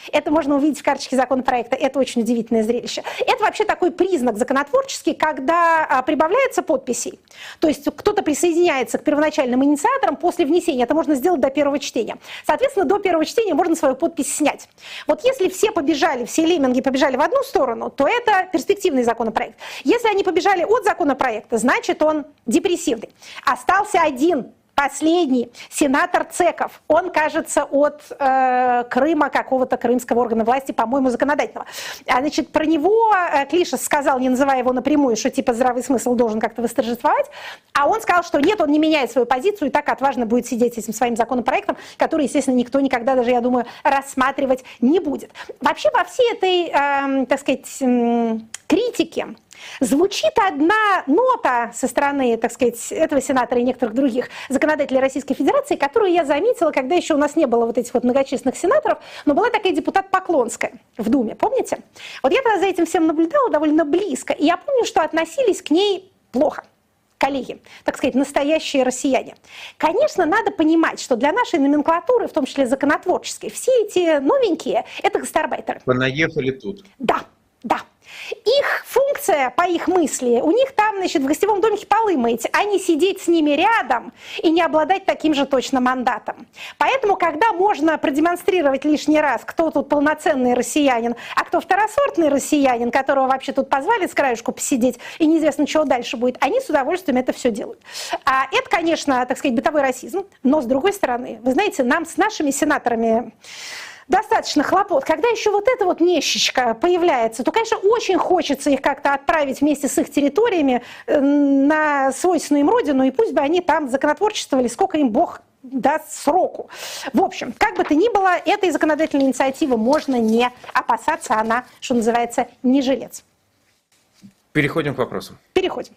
Speaker 3: Это можно увидеть в карточке законопроекта. Это очень удивительное зрелище. Это вообще такой признак законотворческий, когда а, прибавляется подписей. То есть кто-то присоединяется к первоначальным инициаторам после внесения. Это можно сделать до первого чтения. Соответственно, до первого чтения можно свою подпись снять. Вот если все побежали, все лемминги побежали в одну сторону, то это перспективный законопроект. Если они побежали от законопроекта, значит он депрессивный. Остался один. Последний сенатор Цеков, он, кажется, от э, Крыма, какого-то крымского органа власти, по-моему, законодательного. А, значит, про него э, Клишес сказал, не называя его напрямую, что типа здравый смысл должен как-то восторжествовать, а он сказал, что нет, он не меняет свою позицию и так отважно будет сидеть с этим своим законопроектом, который, естественно, никто никогда даже, я думаю, рассматривать не будет. Вообще во всей этой, э, так сказать, э, критике звучит одна нота со стороны, так сказать, этого сенатора и некоторых других законодателей Российской Федерации, которую я заметила, когда еще у нас не было вот этих вот многочисленных сенаторов, но была такая депутат Поклонская в Думе, помните? Вот я тогда за этим всем наблюдала довольно близко, и я помню, что относились к ней плохо. Коллеги, так сказать, настоящие россияне. Конечно, надо понимать, что для нашей номенклатуры, в том числе законотворческой, все эти новенькие – это гастарбайтеры.
Speaker 2: Понаехали тут.
Speaker 3: Да, да. Их функция, по их мысли, у них там, значит, в гостевом домике полы мыть, а не сидеть с ними рядом и не обладать таким же точно мандатом. Поэтому, когда можно продемонстрировать лишний раз, кто тут полноценный россиянин, а кто второсортный россиянин, которого вообще тут позвали с краешку посидеть, и неизвестно, чего дальше будет, они с удовольствием это все делают. А это, конечно, так сказать, бытовой расизм, но, с другой стороны, вы знаете, нам с нашими сенаторами достаточно хлопот. Когда еще вот эта вот нещечка появляется, то, конечно, очень хочется их как-то отправить вместе с их территориями на свойственную им родину, и пусть бы они там законотворчествовали, сколько им Бог даст сроку. В общем, как бы то ни было, этой законодательной инициативы можно не опасаться, она, что называется, не жилец.
Speaker 2: Переходим к вопросам.
Speaker 3: Переходим.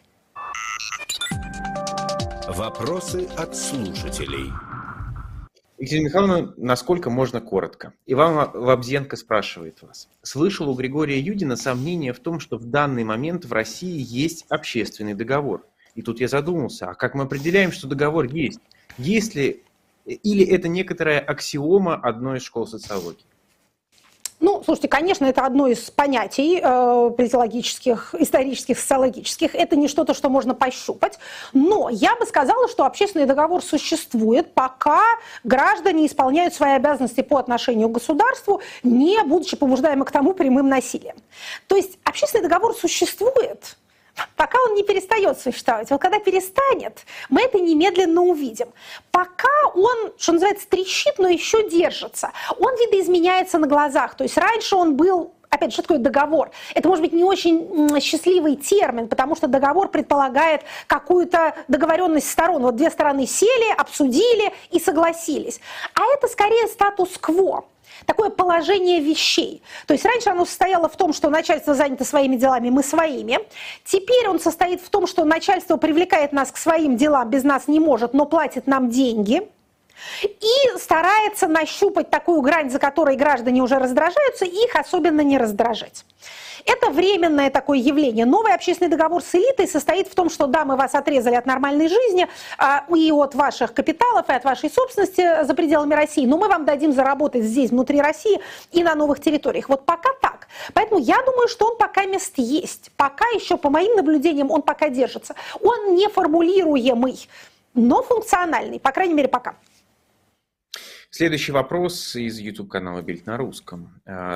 Speaker 4: Вопросы от слушателей.
Speaker 2: Екатерина Михайловна, насколько можно коротко? Иван Лобзенко спрашивает вас. Слышал у Григория Юдина сомнение в том, что в данный момент в России есть общественный договор. И тут я задумался, а как мы определяем, что договор есть? Есть ли, или это некоторая аксиома одной из школ социологии?
Speaker 3: Ну, слушайте, конечно, это одно из понятий э, политологических, исторических, социологических. Это не что-то, что можно пощупать. Но я бы сказала, что общественный договор существует, пока граждане исполняют свои обязанности по отношению к государству, не будучи побуждаемы к тому прямым насилием. То есть общественный договор существует, пока он не перестает существовать. Вот когда перестанет, мы это немедленно увидим. Пока он, что называется, трещит, но еще держится. Он видоизменяется на глазах. То есть раньше он был... Опять, что такое договор? Это может быть не очень счастливый термин, потому что договор предполагает какую-то договоренность сторон. Вот две стороны сели, обсудили и согласились. А это скорее статус-кво. Такое положение вещей. То есть раньше оно состояло в том, что начальство занято своими делами, мы своими. Теперь он состоит в том, что начальство привлекает нас к своим делам, без нас не может, но платит нам деньги. И старается нащупать такую грань, за которой граждане уже раздражаются, и их особенно не раздражать. Это временное такое явление. Новый общественный договор с элитой состоит в том, что да, мы вас отрезали от нормальной жизни и от ваших капиталов, и от вашей собственности за пределами России, но мы вам дадим заработать здесь, внутри России и на новых территориях. Вот пока так. Поэтому я думаю, что он пока мест есть. Пока еще, по моим наблюдениям, он пока держится. Он не формулируемый, но функциональный, по крайней мере, пока.
Speaker 2: Следующий вопрос из YouTube-канала «Бильд на русском».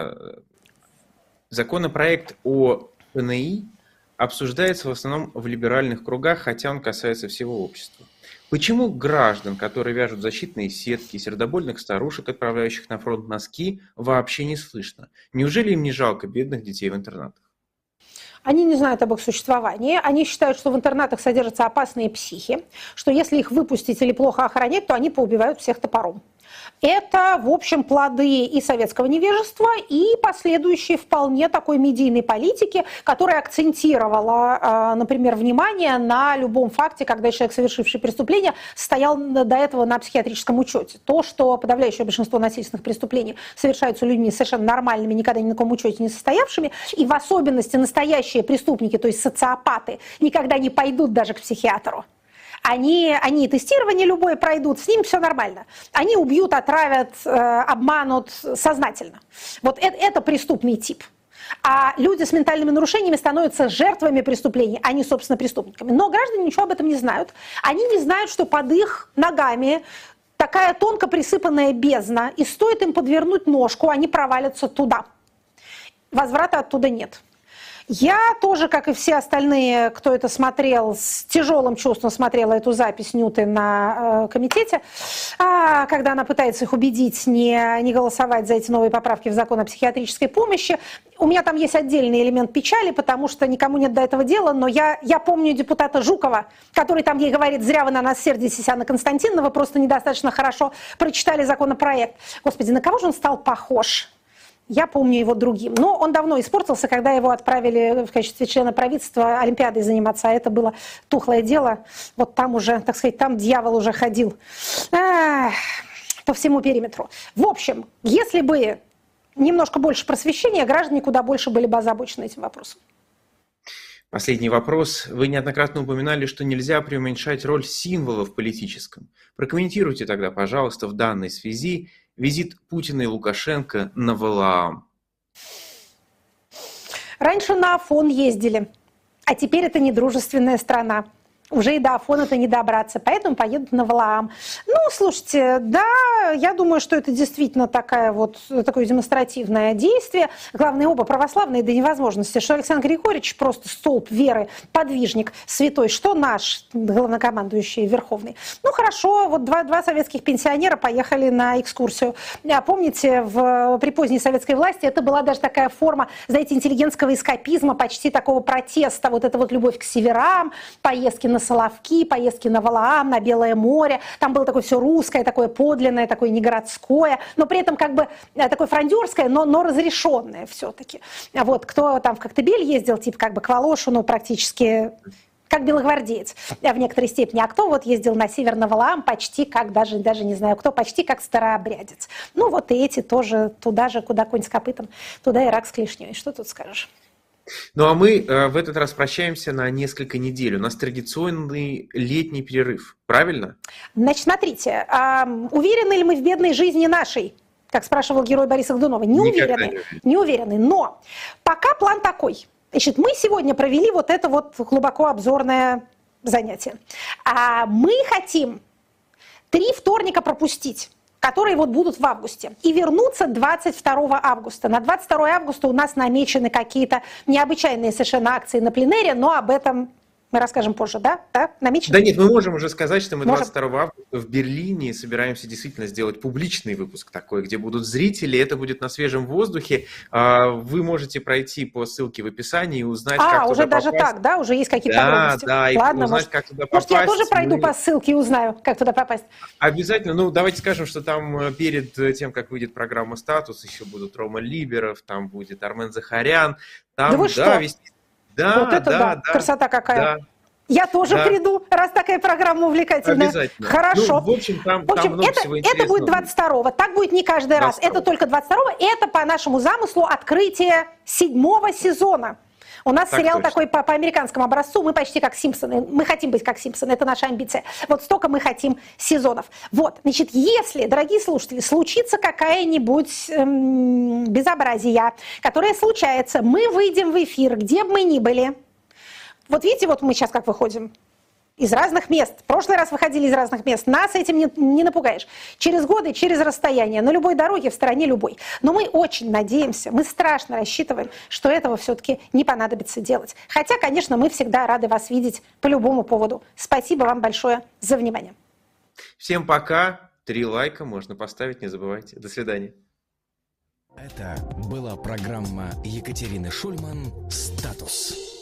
Speaker 2: Законопроект о эн и обсуждается в основном в либеральных кругах, хотя он касается всего общества. Почему граждан, которые вяжут защитные сетки, сердобольных старушек, отправляющих на фронт носки, вообще не слышно? Неужели им не жалко бедных детей в интернатах?
Speaker 3: Они не знают об их существовании, они считают, что в интернатах содержатся опасные психи, что если их выпустить или плохо охранять, то они поубивают всех топором. Это, в общем, плоды и советского невежества, и последующей вполне такой медийной политики, которая акцентировала, например, внимание на любом факте, когда человек, совершивший преступление, стоял до этого на психиатрическом учете. То, что подавляющее большинство насильственных преступлений совершаются людьми совершенно нормальными, никогда ни на каком учете не состоявшими, и в особенности настоящие преступники, то есть социопаты, никогда не пойдут даже к психиатру. Они, они тестирование любое пройдут, с ним все нормально. Они убьют, отравят, э, обманут сознательно. Вот это, это преступный тип. А люди с ментальными нарушениями становятся жертвами преступлений, а не, собственно, преступниками. Но граждане ничего об этом не знают. Они не знают, что под их ногами такая тонко присыпанная бездна, и стоит им подвернуть ножку, они провалятся туда. Возврата оттуда нет. Я тоже, как и все остальные, кто это смотрел, с тяжелым чувством смотрела эту запись Нюты на э, комитете, а, когда она пытается их убедить не, не голосовать за эти новые поправки в закон о психиатрической помощи. У меня там есть отдельный элемент печали, потому что никому нет до этого дела, но я, я помню депутата Жукова, который там ей говорит: зря вы на нас сердитесь, Анна Константиновна, вы просто недостаточно хорошо прочитали законопроект. Господи, на кого же он стал похож? Я помню его другим. Но он давно испортился, когда его отправили в качестве члена правительства Олимпиадой заниматься. А это было тухлое дело. Вот там уже, так сказать, там дьявол уже ходил Ах, по всему периметру. В общем, если бы немножко больше просвещения, граждане куда больше были бы озабочены этим вопросом.
Speaker 2: Последний вопрос. Вы неоднократно упоминали, что нельзя преуменьшать роль символа в политическом. Прокомментируйте тогда, пожалуйста, в данной связи визит Путина и Лукашенко на Валаам.
Speaker 3: Раньше на Афон ездили, а теперь это недружественная страна. Уже и до Афона-то не добраться, поэтому поедут на Валаам. Ну, слушайте, да, я думаю, что это действительно такая вот, такое демонстративное действие. Главное, оба православные до невозможности, что Александр Григорьевич просто столб веры, подвижник святой, что наш главнокомандующий Верховный. Ну, хорошо, вот два, два советских пенсионера поехали на экскурсию. А помните, в, при поздней советской власти это была даже такая форма, знаете, интеллигентского эскапизма, почти такого протеста, вот эта вот любовь к северам, поездки на Соловки, поездки на Валаам, на Белое море. Там было такое все русское, такое подлинное, такое не городское, но при этом как бы такое фрондерское, но, но разрешенное все-таки. Вот, кто там в Коктебель ездил, типа как бы к Волошину практически как белогвардеец в некоторой степени, а кто вот ездил на север на Валаам почти как, даже, даже не знаю кто, почти как старообрядец. Ну вот и эти тоже туда же, куда конь с копытом, туда и рак с клешней. Что тут скажешь?
Speaker 2: Ну а мы э, в этот раз прощаемся на несколько недель. У нас традиционный летний перерыв, правильно?
Speaker 3: Значит, смотрите, э, уверены ли мы в бедной жизни нашей? Как спрашивал герой Бориса Годунова. Не уверены, не уверены. Но пока план такой. Значит, мы сегодня провели вот это вот глубоко обзорное занятие. А мы хотим три вторника пропустить, которые вот будут в августе, и вернуться двадцать второго августа. На двадцать второго августа у нас намечены какие-то необычайные совершенно акции на пленэре, но об этом мы расскажем позже, да? Да, намечено?
Speaker 2: Да нет, мы можем уже сказать, что мы
Speaker 3: можем.
Speaker 2: двадцать второго августа в Берлине собираемся действительно сделать публичный выпуск такой, где будут зрители, это будет на свежем воздухе. Вы можете пройти по ссылке в описании и узнать,
Speaker 3: а,
Speaker 2: как
Speaker 3: уже
Speaker 2: туда
Speaker 3: даже
Speaker 2: попасть.
Speaker 3: так, да? Уже есть какие-то
Speaker 2: да,
Speaker 3: подробности?
Speaker 2: Да, и
Speaker 3: Ладно,
Speaker 2: узнать,
Speaker 3: может,
Speaker 2: как туда
Speaker 3: может,
Speaker 2: попасть.
Speaker 3: я тоже пройду
Speaker 2: мы...
Speaker 3: по ссылке и узнаю, как туда попасть?
Speaker 2: Обязательно. Ну, давайте скажем, что там перед тем, как выйдет программа «Статус», еще будут Рома Либеров, там будет Армен Захарян. Там,
Speaker 3: да вы
Speaker 2: да,
Speaker 3: что?
Speaker 2: Весь... Да,
Speaker 3: вот это да,
Speaker 2: да,
Speaker 3: да. Красота какая.
Speaker 2: Да.
Speaker 3: Я тоже
Speaker 2: да.
Speaker 3: приду, раз такая программа увлекательная.
Speaker 2: Обязательно.
Speaker 3: Хорошо.
Speaker 2: Ну, в общем, там,
Speaker 3: в общем
Speaker 2: там много
Speaker 3: это,
Speaker 2: всего
Speaker 3: это будет двадцать второго. Так будет не каждый раз. Это только двадцать второго. Это по нашему замыслу открытие седьмого сезона. У нас так сериал точно. Такой по, по американскому образцу. Мы почти как Симпсоны. Мы хотим быть как Симпсоны. Это наша амбиция. Вот столько мы хотим сезонов. Вот. Значит, если, дорогие слушатели, случится какая-нибудь эм, безобразие, которое случается, мы выйдем в эфир, где бы мы ни были. Вот видите, вот мы сейчас как выходим из разных мест. В прошлый раз выходили из разных мест. Нас этим не, не напугаешь. Через годы, через расстояние, на любой дороге, в стороне любой. Но мы очень надеемся, мы страшно рассчитываем, что этого все-таки не понадобится делать. Хотя, конечно, мы всегда рады вас видеть по любому поводу. Спасибо вам большое за внимание.
Speaker 2: Всем пока. Три лайка можно поставить, не забывайте. До свидания.
Speaker 4: Это была программа Екатерины Шульман «Статус».